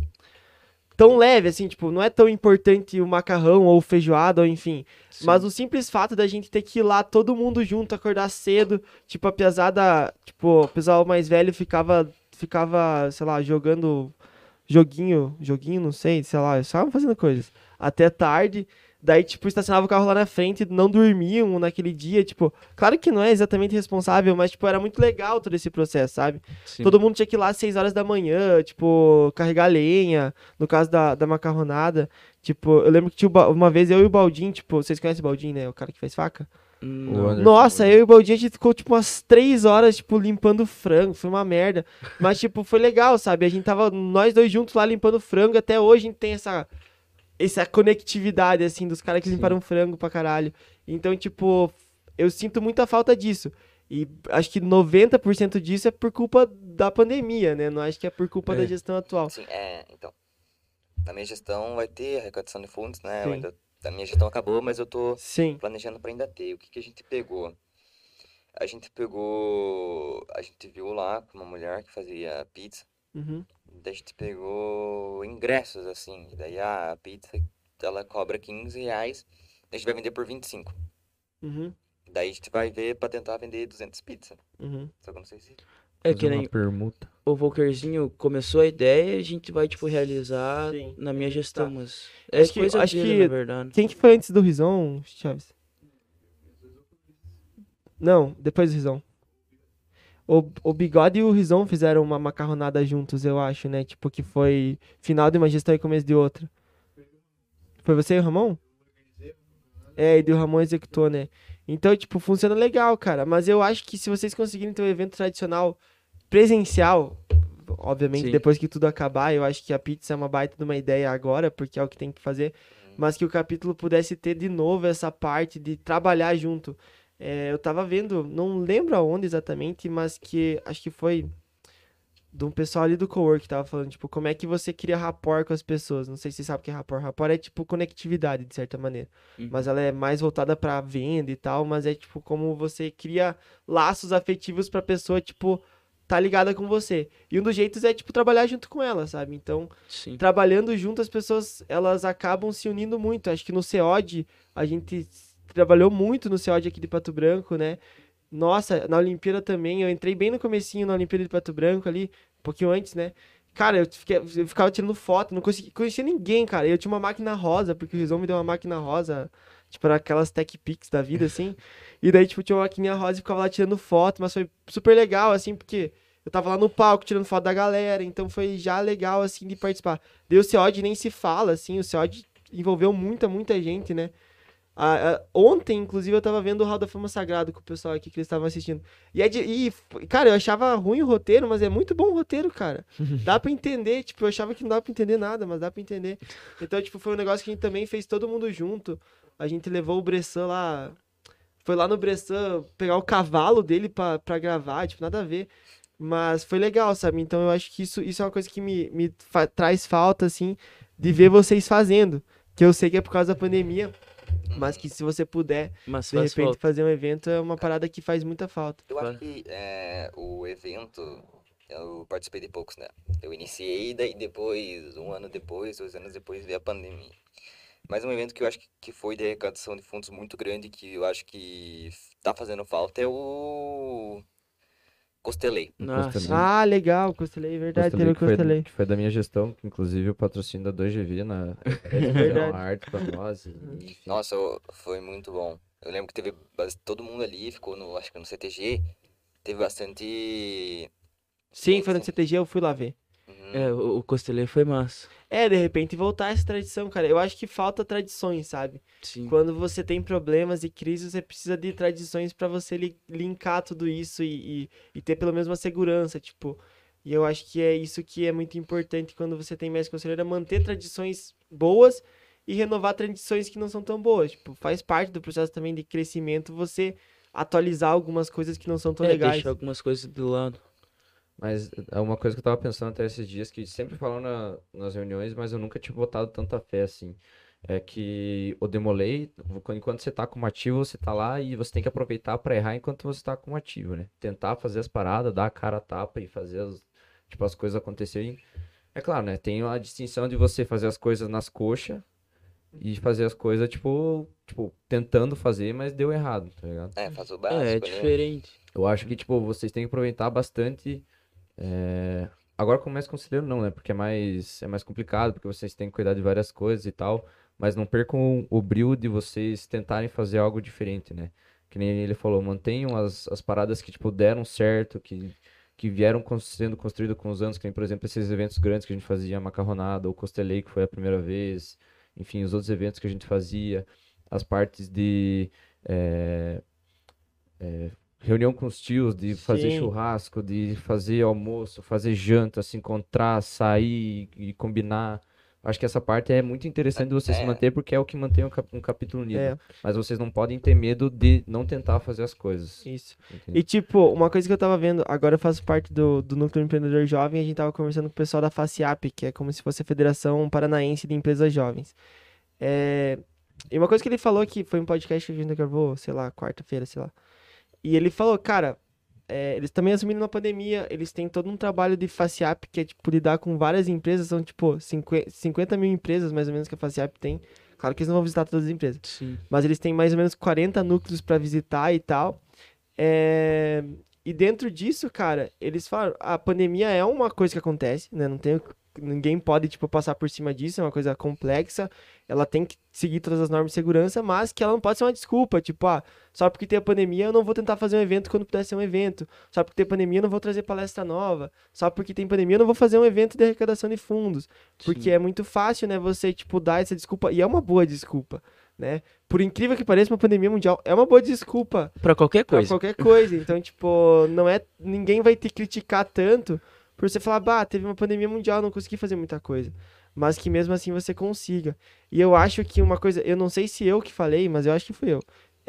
tão leve, assim, tipo, não é tão importante o macarrão ou feijoada, ou enfim. Mas o simples fato da gente ter que ir lá todo mundo junto, acordar cedo, tipo, a pesada, tipo, o pessoal mais velho ficava, ficava, sei lá, jogando joguinho, joguinho, não sei, sei lá, estavam fazendo coisas até tarde. Daí, tipo, estacionava o carro lá na frente, não dormiam naquele dia, tipo, claro que não é exatamente responsável, mas, tipo, era muito legal todo esse processo, sabe? Sim. Todo mundo tinha que ir lá às seis horas da manhã, tipo, carregar lenha, no caso da, da macarronada. Tipo, eu lembro que tinha o Ba- uma vez eu e o Baldinho, tipo, vocês conhecem o Baldinho, né? O cara que faz faca? Não. Anderson Nossa, Moura. eu e o Baldinho, a gente ficou, tipo, umas três horas, tipo, limpando frango. Foi uma merda. Mas, tipo, foi legal, sabe? A gente tava, nós dois juntos lá limpando frango. Até hoje a gente tem essa, essa conectividade, assim, dos caras que Sim. limparam frango pra caralho. Então, tipo, eu sinto muita falta disso. E acho que noventa por cento disso é por culpa da pandemia, né? Não acho que é por culpa É. da gestão atual. Sim, é, então. Na minha gestão vai ter arrecadação de fundos, né? Eu Sim. ainda, a minha gestão acabou, mas eu tô Sim. planejando para ainda ter. O que que a gente pegou? A gente pegou. A gente viu lá com uma mulher que fazia pizza. Uhum. Daí a gente pegou ingressos, assim. E daí ah, a pizza ela cobra quinze reais. A gente vai vender por vinte e cinco. Uhum. Daí a gente vai ver para tentar vender duzentas pizzas. Uhum. Só que eu não sei se. É Fazer que uma nem permuta. o Volkerzinho começou a ideia e a gente vai, tipo, realizar Sim. na minha gestão, Tá. mas é Acho que- coisa acho dele, que- na verdade. Quem que foi antes do Rison, Chaves? Não, depois do Rison. O, o Bigode e o Rison fizeram uma macarronada juntos, eu acho, né? Tipo, que foi final de uma gestão e começo de outra. Foi você e o Ramon? É, e o Ramon executou, né? Então, tipo, funciona legal, cara. Mas eu acho que se vocês conseguirem ter um evento tradicional presencial, obviamente Sim. depois que tudo acabar, eu acho que a pizza é uma baita de uma ideia agora, porque é o que tem que fazer. Mas que o capítulo pudesse ter de novo essa parte de trabalhar junto. É, eu tava vendo, não lembro aonde exatamente, mas que acho que foi de um pessoal ali do cowork que tava falando, tipo, como é que você cria rapport com as pessoas. Não sei se você sabe o que é rapport. Rapport é, tipo, conectividade, de certa maneira. Uhum. Mas ela é mais voltada pra venda e tal, mas é, tipo, como você cria laços afetivos pra pessoa, tipo, tá ligada com você. E um dos jeitos é, tipo, trabalhar junto com ela, sabe? Então, Sim. trabalhando junto, as pessoas, elas acabam se unindo muito. Acho que no C O D, a gente trabalhou muito no C O D aqui de Pato Branco, né? Nossa, na Olimpíada também, eu entrei bem no comecinho na Olimpíada de Pato Branco ali, um pouquinho antes, né? Cara, eu, fiquei, eu ficava tirando foto, não consegui, conhecia ninguém, cara. Eu tinha uma máquina rosa, porque o Rizom me deu uma máquina rosa, tipo, era aquelas Tech Pix da vida, assim. E daí, tipo, tinha uma maquininha rosa e ficava lá tirando foto, mas foi super legal, assim, porque eu tava lá no palco tirando foto da galera, então foi já legal, assim, de participar. Daí o C O D nem se fala, assim, o C O D envolveu muita, muita gente, né? Ah, ah, ontem, inclusive, eu tava vendo o Hall da Fama Sagrado com o pessoal aqui que eles estavam assistindo. E, é de, e, f- cara, eu achava ruim o roteiro, mas é muito bom o roteiro, cara. Dá pra entender, tipo, eu achava que não dava pra entender nada, mas dá pra entender. Então, tipo, foi um negócio que a gente também fez todo mundo junto. A gente levou o Bressan lá, foi lá no Bressan pegar o cavalo dele pra, pra gravar, tipo, nada a ver. Mas foi legal, sabe? Então eu acho que isso, isso é uma coisa que me, me fa- traz falta, assim, de ver vocês fazendo. Que eu sei que é por causa da pandemia. Mas que se você puder, Mas de faz repente, falta. fazer um evento é uma parada que faz muita falta. Eu acho Claro. que é, o evento, eu participei de poucos, né? Eu iniciei, daí depois, um ano depois, dois anos depois, veio a pandemia. Mas um evento que eu acho que- que foi de arrecadação de fundos muito grande, que eu acho que tá fazendo falta, é o Costelei. Ah, Costelei. sim. Ah, legal, Costelei, verdade, Costelei, teve o que foi, Costelei. que foi da minha gestão, que inclusive o patrocínio da dois G V na Verdade. uma arte pra nós. E, enfim. Nossa, o- foi muito bom. Eu lembro que teve bas- todo mundo ali, ficou no, acho que no C T G, teve bastante... Sim, foi no C T G, eu fui lá ver. Uhum. É, o, o Costelê foi massa. É, de repente voltar essa tradição, cara. Eu acho que falta tradições, sabe? Sim. Quando você tem problemas e crises, você precisa de tradições pra você li- linkar tudo isso e, e, e ter pelo menos uma segurança, tipo. E eu acho que é isso que é muito importante quando você tem mestre conselheiro, é manter tradições boas e renovar tradições que não são tão boas. Tipo, faz parte do processo também de crescimento você atualizar algumas coisas que não são tão É, legais. deixar algumas coisas do lado. Mas é uma coisa que eu tava pensando até esses dias, que sempre falam na- nas reuniões, mas eu nunca tinha botado tanta fé assim. É que o Demolei, quando- enquanto você tá como ativo, você tá lá e você tem que aproveitar pra errar enquanto você tá como ativo, né? Tentar fazer as paradas, dar a cara a tapa e fazer as, tipo, as coisas acontecerem. É claro, né? Tem a distinção de você fazer as coisas nas coxas e fazer as coisas, tipo, tipo, tentando fazer, mas deu errado, tá ligado? É, faz o É, básico, é né? diferente. Eu acho que, tipo, vocês têm que aproveitar bastante. é, Agora com mais conselheiro não, né? Porque é mais, é mais complicado, porque vocês têm que cuidar de várias coisas e tal. Mas não percam o brilho de vocês tentarem fazer algo diferente, né? Que nem ele falou, mantenham as, as paradas que, tipo, deram certo, que, que vieram cons- sendo construídas com os anos, que nem, por exemplo, esses eventos grandes que a gente fazia, a Macarronada, o Costelei, que foi a primeira vez, enfim, os outros eventos que a gente fazia, as partes de... é, reunião com os tios, de fazer Sim. churrasco, de fazer almoço, fazer janta, se encontrar, sair e combinar. Acho que essa parte é muito interessante de você se É. manter, porque é o que mantém um, cap- um capítulo unido. É. Mas vocês não podem ter medo de não tentar fazer as coisas. Isso. entende? E, tipo, uma coisa que eu tava vendo, agora eu faço parte do, do Núcleo Empreendedor Jovem, a gente tava conversando com o pessoal da FACIAP, que é como se fosse a Federação Paranaense de Empresas Jovens. É, e uma coisa que ele falou que foi um podcast que a gente gravou, sei lá, quarta-feira, sei lá. E ele falou, cara, é, eles também assumiram na pandemia, eles têm todo um trabalho de FACIAP, que é, tipo, lidar com várias empresas, são, tipo, cinquenta, cinquenta mil empresas, mais ou menos, que a FACIAP tem. Claro que eles não vão visitar todas as empresas. Sim. Mas eles têm mais ou menos quarenta núcleos pra visitar e tal. É, E dentro disso, cara, eles falaram, a pandemia é uma coisa que acontece, né? Não tem o ninguém pode, tipo, passar por cima disso, é uma coisa complexa, ela tem que seguir todas as normas de segurança, mas que ela não pode ser uma desculpa, tipo, ah, só porque tem a pandemia eu não vou tentar fazer um evento quando puder ser um evento, só porque tem pandemia eu não vou trazer palestra nova, só porque tem pandemia eu não vou fazer um evento de arrecadação de fundos, porque Sim. é muito fácil, né, você, tipo, dar essa desculpa, e é uma boa desculpa, né, por incrível que pareça, uma pandemia mundial é uma boa desculpa Pra qualquer pra coisa. qualquer coisa. Então, tipo, não é. Ninguém vai te criticar tanto por você falar, bah, teve uma pandemia mundial, não consegui fazer muita coisa. Mas que mesmo assim você consiga. E eu acho que uma coisa. Eu não sei se eu que falei, mas eu acho que fui eu.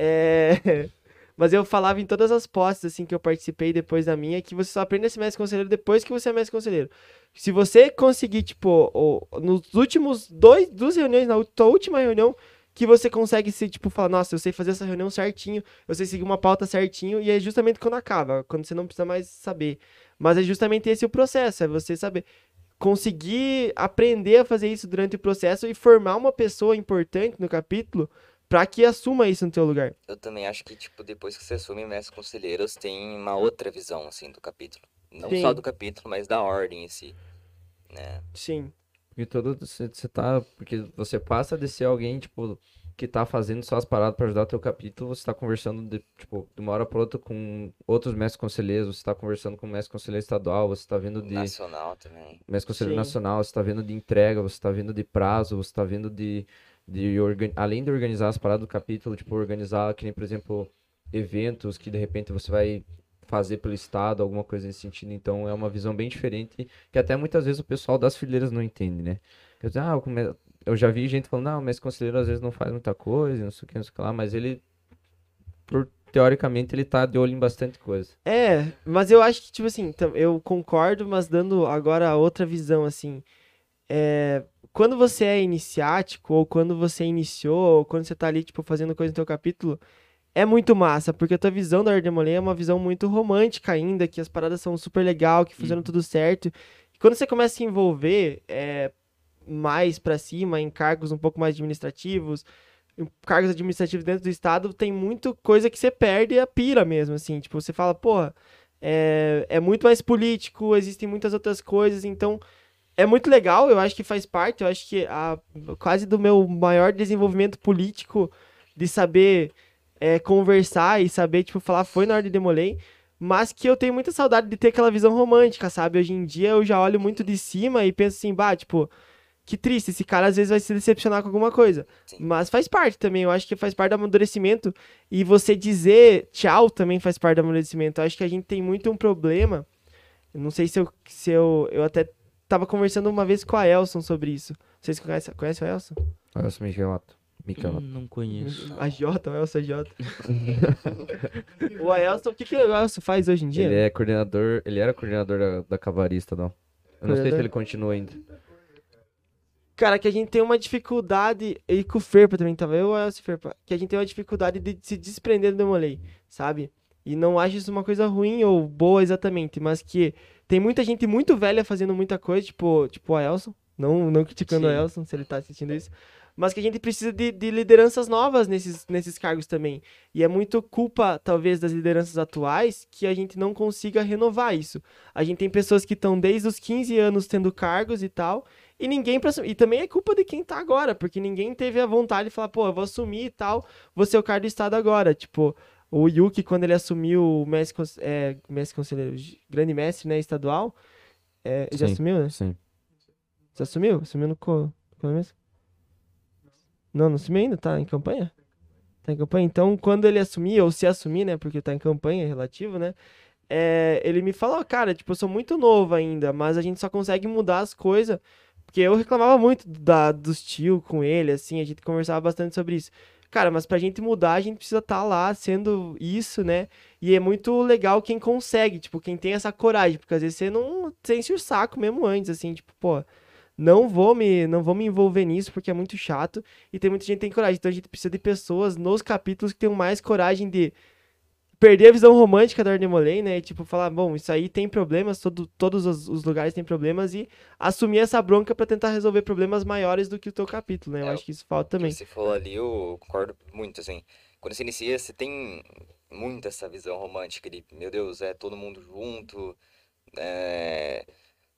É. Mas eu falava em todas as postas, assim, que eu participei depois da minha, que você só aprende a ser mestre conselheiro depois que você é mestre conselheiro. Se você conseguir, tipo, o- nos últimos dois, duas reuniões, na tua última reunião, que você consegue se, tipo, falar, nossa, eu sei fazer essa reunião certinho, eu sei seguir uma pauta certinho, e é justamente quando acaba, quando você não precisa mais saber. Mas é justamente esse o processo, é você saber conseguir aprender a fazer isso durante o processo e formar uma pessoa importante no capítulo pra que assuma isso no teu lugar. Eu também acho que, tipo, depois que você assume mestre conselheiros, tem uma outra visão, assim, do capítulo. Não Sim. só do capítulo, mas da ordem em si, né? Sim. Porque todo você, você tá, porque você passa de ser alguém, tipo, que tá fazendo só as paradas pra ajudar o teu capítulo, você tá conversando de, tipo, de uma hora pra outra com outros mestres conselheiros, você tá conversando com o mestre conselheiro estadual, você tá vendo de Nacional também. mestre conselheiro Sim. nacional, você tá vendo de entrega, você tá vendo de prazo, você tá vendo de, de organ... além de organizar as paradas do capítulo, tipo, organizar, que nem, por exemplo, eventos que de repente você vai fazer pelo estado, alguma coisa nesse sentido. Então é uma visão bem diferente, que até muitas vezes o pessoal das fileiras não entende, né? Quer dizer, ah, como é- eu já vi gente falando, não, mas conselheiro às vezes não faz muita coisa, não sei o que, não sei o que lá, mas ele, por, teoricamente, ele tá de olho em bastante coisa. É, mas eu acho que, tipo assim, tam- eu concordo, mas dando agora a outra visão, assim. É, quando você é iniciático, ou quando você iniciou, ou quando você tá ali, tipo, fazendo coisa no teu capítulo, é muito massa, porque a tua visão da Ardemolay é uma visão muito romântica ainda, que as paradas são super legal, que funcionam tudo certo. E quando você começa a se envolver é, mais pra cima, em cargos um pouco mais administrativos, em cargos administrativos dentro do estado, tem muito coisa que você perde a pira mesmo, assim. Tipo, você fala, porra, é, é muito mais político, existem muitas outras coisas, então é muito legal, eu acho que faz parte, eu acho que a, quase do meu maior desenvolvimento político de saber é, conversar e saber, tipo, falar foi na hora de Demolei, mas que eu tenho muita saudade de ter aquela visão romântica, sabe? Hoje em dia eu já olho muito de cima e penso assim, bah, tipo, que triste, esse cara às vezes vai se decepcionar com alguma coisa. Sim. Mas faz parte também, eu acho que faz parte do amadurecimento. E você dizer tchau também faz parte do amadurecimento. Eu acho que a gente tem muito um problema. Eu não sei se eu. Se eu, eu até tava conversando uma vez com a Elson sobre isso. Vocês conhecem, conhecem o Elson? Olha esse Michelato. Hum, Michelato. Não conheço. A Jota, o Elson é Jota. O Elson, o que, que o Elson faz hoje em dia? Ele é coordenador, ele era coordenador da, da Cavarista, não. Eu não sei se Coordenador? ele continua ainda. Cara, que a gente tem uma dificuldade, e com o Ferpa também tava, eu e o Elcio e Ferpa, que a gente tem uma dificuldade de se desprender do Demolei, sabe? E não acho isso uma coisa ruim ou boa exatamente, mas que tem muita gente muito velha fazendo muita coisa, tipo, tipo o Elson, não, não criticando o Sim. Elson, se ele tá assistindo isso, mas que a gente precisa de, de lideranças novas nesses, nesses cargos também. E é muito culpa, talvez, das lideranças atuais que a gente não consiga renovar isso. A gente tem pessoas que estão desde os quinze anos tendo cargos e tal, e ninguém pra, assu- e também é culpa de quem tá agora, porque ninguém teve a vontade de falar, pô, eu vou assumir e tal, vou ser o cara do estado agora. Tipo, o Yuki, quando ele assumiu o mestre, cons- é, mestre conselheiro, g- grande mestre, né, estadual, é, ele já Sim. assumiu, né? Sim. Você assumiu? Assumiu no co- quando mesmo? Não, não assumiu ainda, tá em campanha? Tá em campanha. Então, quando ele assumir, ou se assumir, né, porque tá em campanha, é relativo, né, é, ele me falou, cara, tipo, eu sou muito novo ainda, mas a gente só consegue mudar as coisas. Porque eu reclamava muito da, dos tio com ele, assim, a gente conversava bastante sobre isso. Cara, mas pra gente mudar, a gente precisa estar lá sendo isso, né? E é muito legal quem consegue, tipo, quem tem essa coragem, porque às vezes você não você enche o saco mesmo antes, assim, tipo, pô, não vou me, não vou me envolver nisso porque é muito chato. E tem muita gente que tem coragem. Então a gente precisa de pessoas nos capítulos que tenham mais coragem de perder a visão romântica da Arnemolei, né? E, tipo, falar, bom, isso aí tem problemas, todo, todos os, os lugares têm problemas, e assumir essa bronca pra tentar resolver problemas maiores do que o teu capítulo, né? Eu É, acho que isso falta O que também. você falou ali, eu concordo muito, assim. Quando você inicia, você tem muito essa visão romântica de, meu Deus, é todo mundo junto, é,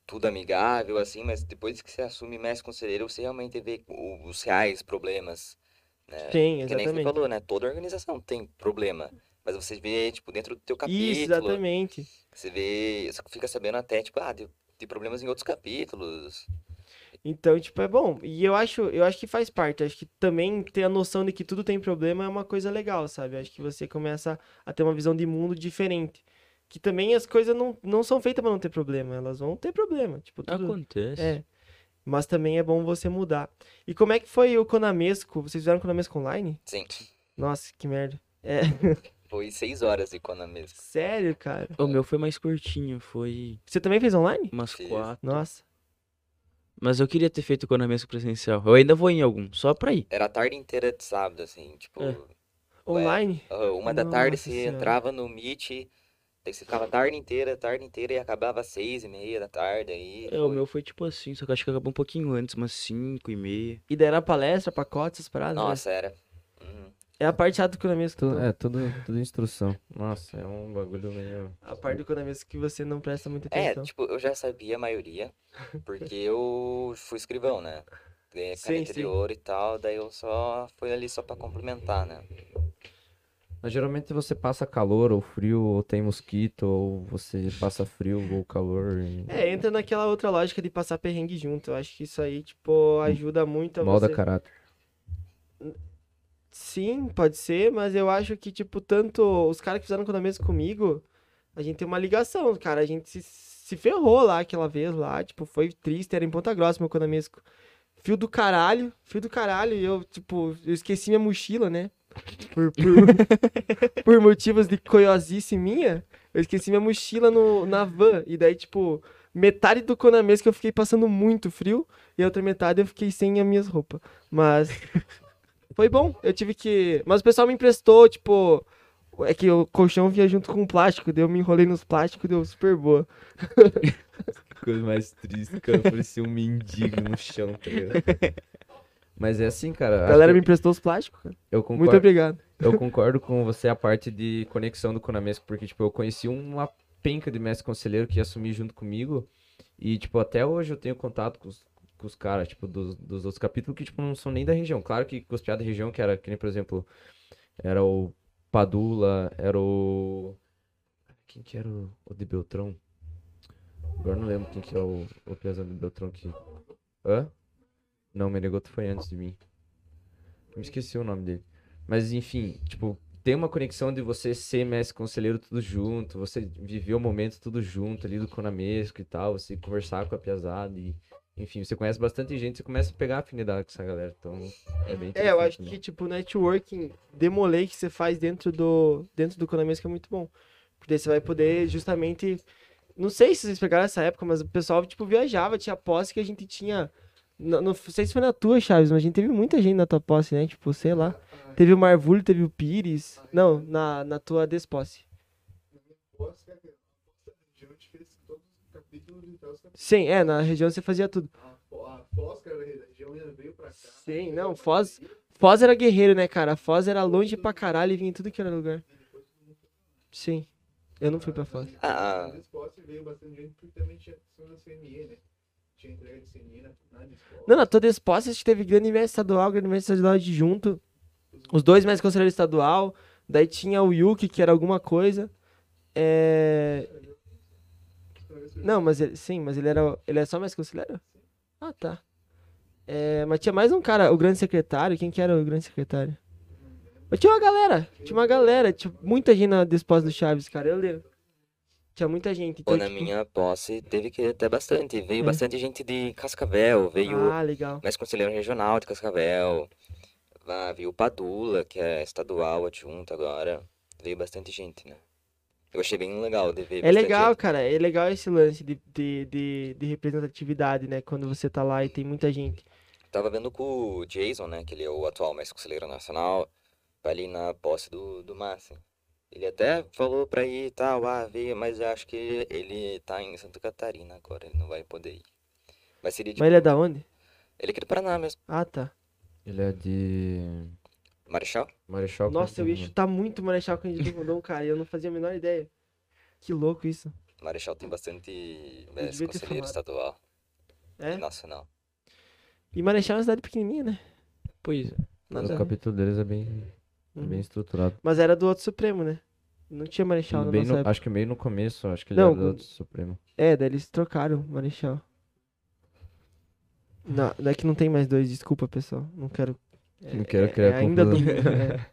tudo amigável, assim, mas depois que você assume mestre conselheiro, você realmente vê o- os reais problemas, né? Sim, Que nem você exatamente. falou, né? Toda organização tem problema, mas você vê, tipo, dentro do teu Isso, capítulo, exatamente. você vê, você fica sabendo até, tipo, ah, de, de problemas em outros capítulos. Então, tipo, é bom. E eu acho, eu acho que faz parte. Acho que também ter a noção de que tudo tem problema é uma coisa legal, sabe? Acho que você começa a ter uma visão de mundo diferente. Que também as coisas não, não são feitas pra não ter problema. Elas vão ter problema. Tipo, tudo. Acontece. É. Mas também é bom você mudar. E como é que foi o Conamesco? Vocês fizeram Conamesco online? Sim, Nossa, que merda. É. foi seis horas de Economist. Sério, cara? O meu foi mais curtinho, foi Você também fez online? umas Fiz. quatro. Nossa. Mas eu queria ter feito economia presencial. Eu ainda vou em algum, só pra ir. Era a tarde inteira de sábado, assim, tipo, É. Online? ah, uma da tarde Nossa você Senhora. entrava no Meet, daí você ficava a tarde inteira, a tarde inteira e acabava às seis e meia da tarde, aí É, o foi. meu foi tipo assim, só que acho que acabou um pouquinho antes, umas cinco e meia. E daí era palestra, pacote, essas paradas? né? Nossa, era. Uhum. É a parte chata do Conamesco. Tu- então. é, tudo, tudo instrução. Nossa, é um bagulho meio. A parte do Conamesco que você não presta muita É, atenção. tipo, eu já sabia a maioria, porque eu fui escrivão, né? Ganhei Sim, caneta sim. de ouro e tal, daí eu só fui ali só pra complementar, né? Mas geralmente você passa calor ou frio, ou tem mosquito, ou você passa frio ou calor. e- É, entra naquela outra lógica de passar perrengue junto. Eu acho que isso aí, tipo, ajuda muito a Molda você. caráter. Sim, pode ser, mas eu acho que, tipo, tanto os caras que fizeram Conamesco comigo, a gente tem uma ligação, cara. A gente se, se ferrou lá aquela vez lá, tipo, foi triste, era em Ponta Grossa meu Conamesco. Fio do caralho, fio do caralho, e eu, tipo, eu esqueci minha mochila, né? Por, por, por motivos de coiosice minha, eu esqueci minha mochila no, na van. E daí, tipo, metade do Conamesco eu fiquei passando muito frio, e a outra metade eu fiquei sem as minhas roupas. Mas foi bom, eu tive que. Mas o pessoal me emprestou, tipo. É que o colchão vinha junto com o plástico, daí eu me enrolei nos plásticos, deu super boa. Coisa mais triste, cara. Parecia um mendigo no chão, tá ligado? Mas é assim, cara. A acho galera que me emprestou os plásticos, cara. eu Muito concordo, obrigado. eu concordo com você a parte de conexão do Conamesco, porque, tipo, eu conheci uma penca de mestre conselheiro que ia assumir junto comigo. E, tipo, até hoje eu tenho contato com os, com os caras, tipo, dos, dos outros capítulos que, tipo, não são nem da região. Claro que os piadas da região, que era, que nem, por exemplo, era o Padula, era o... Quem que era o, o de Beltrão? Agora não lembro quem que é o, o piazão de Beltrão que... Hã? Não, o Menegoto foi antes de mim. Eu me esqueci o nome dele. Mas, enfim, tipo, tem uma conexão de você ser mestre conselheiro tudo junto, você viver o momento tudo junto ali do Conamesco e tal, você conversar com a piazada e... Enfim, você conhece bastante gente, você começa a pegar afinidade com essa galera, então é bem É, eu acho interessante, que, né? tipo, o networking demolei que você faz dentro do, dentro do Conamesco é muito bom. Porque daí você vai poder justamente. Não sei se vocês pegaram essa época, mas o pessoal, tipo, viajava, tinha posse que a gente tinha. Não, não sei se foi na tua, Chaves, mas a gente teve muita gente na tua posse, né? Tipo, sei lá. Teve o Marvulho, teve o Pires. Não, na, na tua desposse. Posso, cara, a região a gente fez todos os capítulos e tal. os capítulos. Sim, é, na região você fazia tudo. A Fo- a Foz, cara, da região veio pra cá. Sim, não, Foz. Foz era guerreiro, né, cara? Foz era longe pra caralho e vinha em tudo que era lugar. Sim. Eu não fui pra Foz. Ah, Na Desposse veio bastante gente porque também tinha questão da C M E, né? Tinha entrega de C M E na, na Desposse. Não, na tua desposse a gente teve grande mestre estadual, grande mestre estadual adjunto. Os dois mestres conselheiro estadual. Daí tinha o Yuki, que era alguma coisa. É... Não, mas ele, sim, mas ele era, ele é só mestre conselheiro? Ah, tá. É, mas tinha mais um cara, o grande secretário. Quem que era o grande secretário? Mas tinha uma galera, tinha uma galera, tinha muita gente na desposse do Chaves, cara, eu lembro. Tinha muita gente. pô, Então, na tipo... minha posse teve que até bastante. Veio É. bastante gente de Cascavel, veio Ah, legal. mais conselheiro regional de Cascavel, ah, veio o Padula, que é estadual adjunto agora. Veio bastante gente, né? Eu achei bem legal de ver É bastante legal, gente. cara, é legal esse lance de, de, de, de representatividade, né? Quando você tá lá e tem muita gente. Tava vendo com o Jason, né? Que ele é o atual mestre conselheiro nacional, tá ali na posse do, do Márcio. Ele até falou pra ir e tal, ah, veio, mas eu acho que ele tá em Santa Catarina agora, ele não vai poder ir. Mas seria tipo. Mas ele é da onde? Ele é aqui do Paraná mesmo. Ah, tá. Ele é de Marechal? Marechal Nossa, eu ia Cândido Rondon. chutar muito Marechal Cândido Rondon, cara, e eu não fazia a menor ideia. Que louco isso. Marechal tem bastante Eu mestre devia ter conselheiro falado. estadual É? e nacional. E Marechal é uma cidade pequenininha, né? Pois é. Nada O a ver. capítulo deles é bem, Uhum. bem estruturado. Mas era do outro Supremo, né? Não tinha Marechal na Bem nossa no- época. acho que meio no começo, acho que ele Não, era do com- outro Supremo. É, daí eles trocaram Marechal. Não, daqui não tem mais dois, desculpa, pessoal. Não quero. É, Não quero é- criar é ainda do. confusão. é.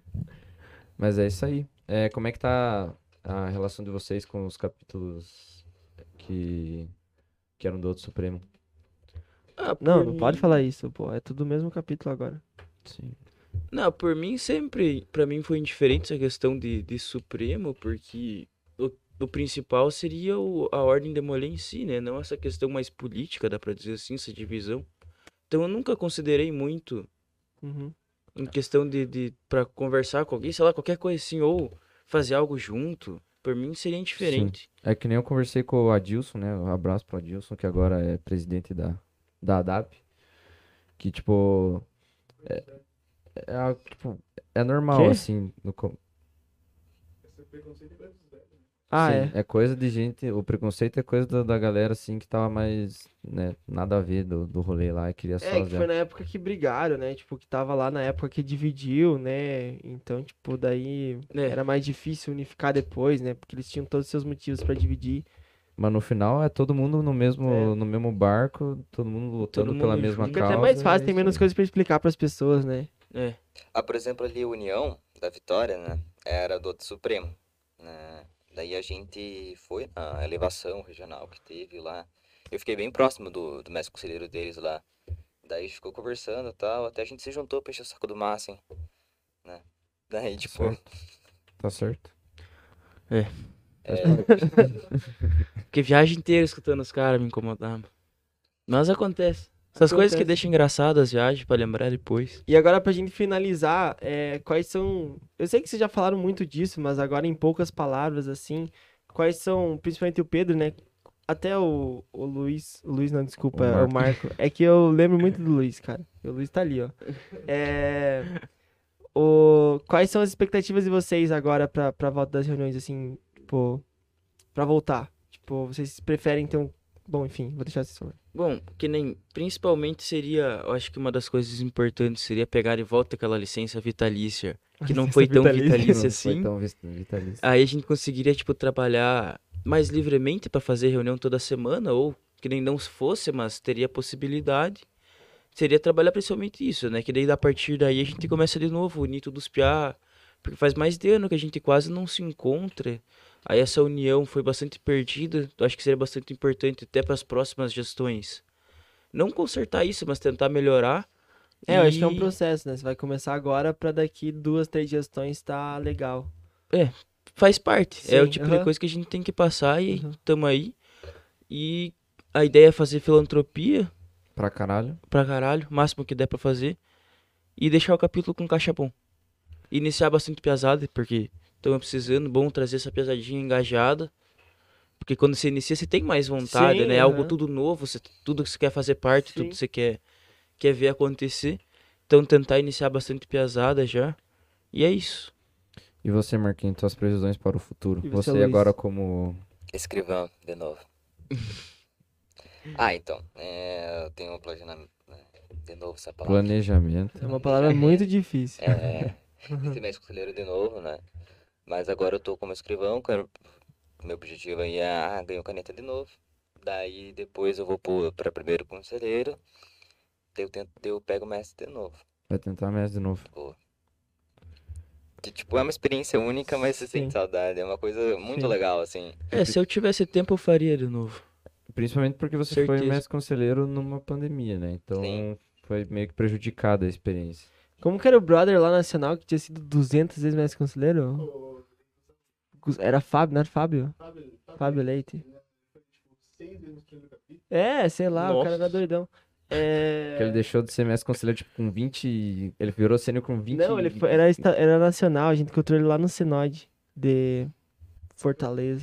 Mas é isso aí. É, como é que tá a relação de vocês com os capítulos que, que eram do outro Supremo? Ah, Não, por não pode mim- falar isso, pô. É tudo o mesmo capítulo agora. Sim. Não, por mim sempre, pra mim foi indiferente essa questão de, de Supremo, porque o, o principal seria o- a ordem demoler em si, né? Não essa questão mais política, dá pra dizer assim, essa divisão. Então eu nunca considerei muito Uhum. em questão de, de para conversar com alguém, sei lá, qualquer coisa assim, ou fazer algo junto, por mim seria indiferente. É que nem eu conversei com o Adilson, né? Um abraço pro Adilson, que agora é presidente da, da A D A P. Que, tipo, é, é, a- tipo, é normal, Quê? assim. No, co- Esse preconceito é coisa dos velhos, né? Ah, sim, é. coisa de gente. O preconceito é coisa da, da galera, assim, que tava mais, né? Nada a ver do, do rolê lá e queria só É, que ver. foi na época que brigaram, né? Tipo, que tava lá na época que dividiu, né? Então, tipo, daí É. era mais difícil unificar depois, né? Porque eles tinham todos os seus motivos pra dividir. Mas no final é todo mundo no mesmo, É. no mesmo barco, todo mundo lutando mundo pela mesma junto. Fica causa. até mais fácil, é tem isso menos aí. coisas pra explicar pras pessoas, né? É. Ah, por exemplo, ali a União da Vitória, né? Era do outro Supremo, né? Daí a gente foi na elevação regional que teve lá. Eu fiquei bem próximo do, do mestre conselheiro deles lá. Daí a gente ficou conversando e tal, até a gente se juntou pra encher o saco do Massa, hein? Né? Daí, tipo, certo. Tá certo. É. Faz É. parte. Porque viagem inteira escutando os caras me incomodava. Mas acontece. Essas coisas que Acontece. deixam engraçadas as viagens pra lembrar depois. E agora, pra gente finalizar, é, quais são. Eu sei que vocês já falaram muito disso, mas agora em poucas palavras, assim, quais são, principalmente o Pedro, né? Até o, o Luiz. O Luiz, não, desculpa, O é o Marco. Marco. É que eu lembro muito do Luiz, cara. O Luiz tá ali, ó. É, o, quais são as expectativas de vocês agora pra, pra volta das reuniões, assim, tipo, pra voltar? Tipo, vocês preferem ter um. Bom, enfim, vou deixar vocês falarem. Bom, que nem, principalmente seria, eu acho que uma das coisas importantes seria pegar de volta aquela licença vitalícia, que não Licença foi tão vitalícia. vitalícia Não foi assim. tão vis- vitalício. Aí a gente conseguiria, tipo, trabalhar mais livremente pra fazer reunião toda semana, ou que nem não fosse, mas teria a possibilidade. Seria trabalhar principalmente isso, né? Que daí, a partir daí, a gente começa de novo, unir todos os piá, porque faz mais de ano que a gente quase não se encontra. Aí essa união foi bastante perdida. Eu acho que seria bastante importante até para as próximas gestões. Não consertar isso, mas tentar melhorar. É, eu acho que é um E- processo, né? Você vai começar agora pra daqui duas, três gestões tá legal. Faz parte. É o Sim, tipo aham. de coisa que a gente tem que passar e Uhum. tamo aí. E a ideia é fazer filantropia Pra caralho. pra caralho, o máximo que der pra fazer. E deixar o capítulo com caixa bom. Iniciar bastante pesada, porque estamos precisando. Bom trazer essa pesadinha engajada. Porque quando você inicia, você tem mais vontade, Sim, né? Algo aham. tudo novo, você, tudo que você quer fazer parte, tudo Sim. que você quer, quer ver acontecer. Então tentar iniciar bastante pesada já. E é isso. E você, Marquinhos, suas previsões para o futuro? E você, Você Luiz? agora como... Escrivão, de novo. Ah, então, é, eu tenho um planejamento, né, de novo essa palavra. planejamento. É uma palavra muito difícil. É, esse mês conselheiro de novo, né? Mas agora eu tô como escrivão, quero, meu objetivo aí é ah, ganhar caneta de novo. Daí depois eu vou pro- pra primeiro conselheiro, daí eu, tento, daí eu pego o mestre de novo. Vai tentar mais de novo. Que, tipo, é uma experiência única, mas você Sim. sente saudade. É uma coisa muito Sim. legal, assim. É, se eu tivesse tempo eu faria de novo. Principalmente porque você foi Certeza. mestre conselheiro numa pandemia, né? Então Sim. foi meio que prejudicada a experiência. Como que era o brother lá nacional que tinha sido duzentas vezes mais conselheiro? O Gus- Era Fábio, não era Fábio? Fábio, Fábio Leite. foi, tipo, seis vezes no primeiro capítulo. É, sei lá, o cara era Nossa. doidão. É... Porque ele deixou de ser mestre conselheiro, tipo, com vinte... e- Ele virou sênior com vinte... Não, ele e- foi- era, esta- era nacional, a gente encontrou ele lá no Sinode de Fortaleza.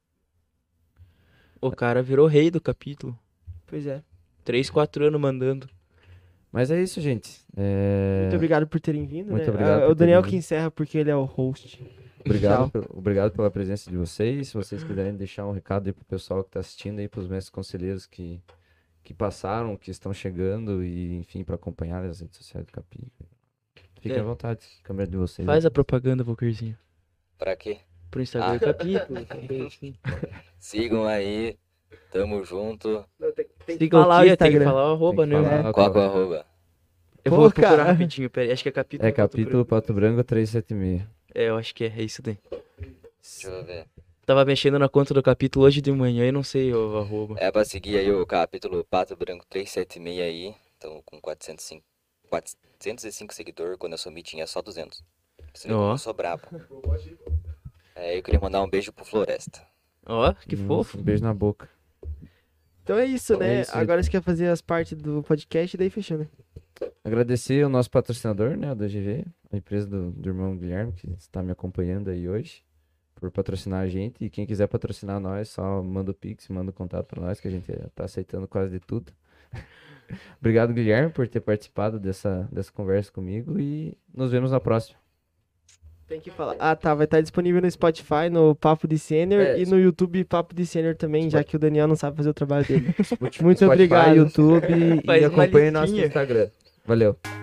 O cara virou rei do capítulo. Pois é. Três, quatro anos mandando. Mas é isso, gente. É... Muito obrigado por terem vindo, Muito né? obrigado Ah, por o Daniel terem que vindo. encerra porque ele é o host. Obrigado, Tchau. pelo- obrigado pela presença de vocês. Se vocês quiserem deixar um recado aí pro pessoal que tá assistindo aí, pros mestres conselheiros que, que passaram, que estão chegando e, enfim, para acompanhar as redes sociais do capítulo. Fiquem É. à vontade, câmera de vocês. Faz a propaganda, Volkerzinho. Pra quê? Pro Instagram Ah. do capítulo. também, assim. Sigam aí. Tamo junto. Não, tem, tem que Siga o falar o quê? Tem que Instagram. falar o arroba, Tem que né? falar Qual que é o qual- arroba? Eu Pô, vou procurar cara. rapidinho, peraí. Acho que é capítulo. É Pato capítulo Branco. Pato Branco trezentos e setenta e seis. É, eu acho que é, é isso daí. Deixa eu ver. Tava mexendo na conta do capítulo hoje de manhã e não sei o arroba. É pra seguir aí o capítulo Pato Branco trezentos e setenta e seis aí. Então com quatrocentos e cinco, quatrocentos e cinco seguidores. Quando eu assumi tinha só duzentos. Você vê como Ó. eu sou brabo. É, eu queria mandar um beijo pro Floresta. Ó, que Nossa, fofo. Um beijo na boca. Então é isso, né? É isso aí. Agora você quer fazer as partes do podcast, daí fechou, né? Agradecer ao nosso patrocinador, né, o da G V, a empresa do, do irmão Guilherme, que está me acompanhando aí hoje, por patrocinar a gente. E quem quiser patrocinar nós, só manda o Pix, manda o contato para nós, que a gente tá aceitando quase de tudo. Obrigado, Guilherme, por ter participado dessa, dessa conversa comigo e nos vemos na próxima. Tem que falar. Ah, tá. Vai estar disponível no Spotify, no Papo de Sênior É, e no YouTube Papo de Sênior também, já que o Daniel não sabe fazer o trabalho dele. Muito Muito obrigado. YouTube Faz e uma acompanhe nosso listinha. Instagram. Valeu.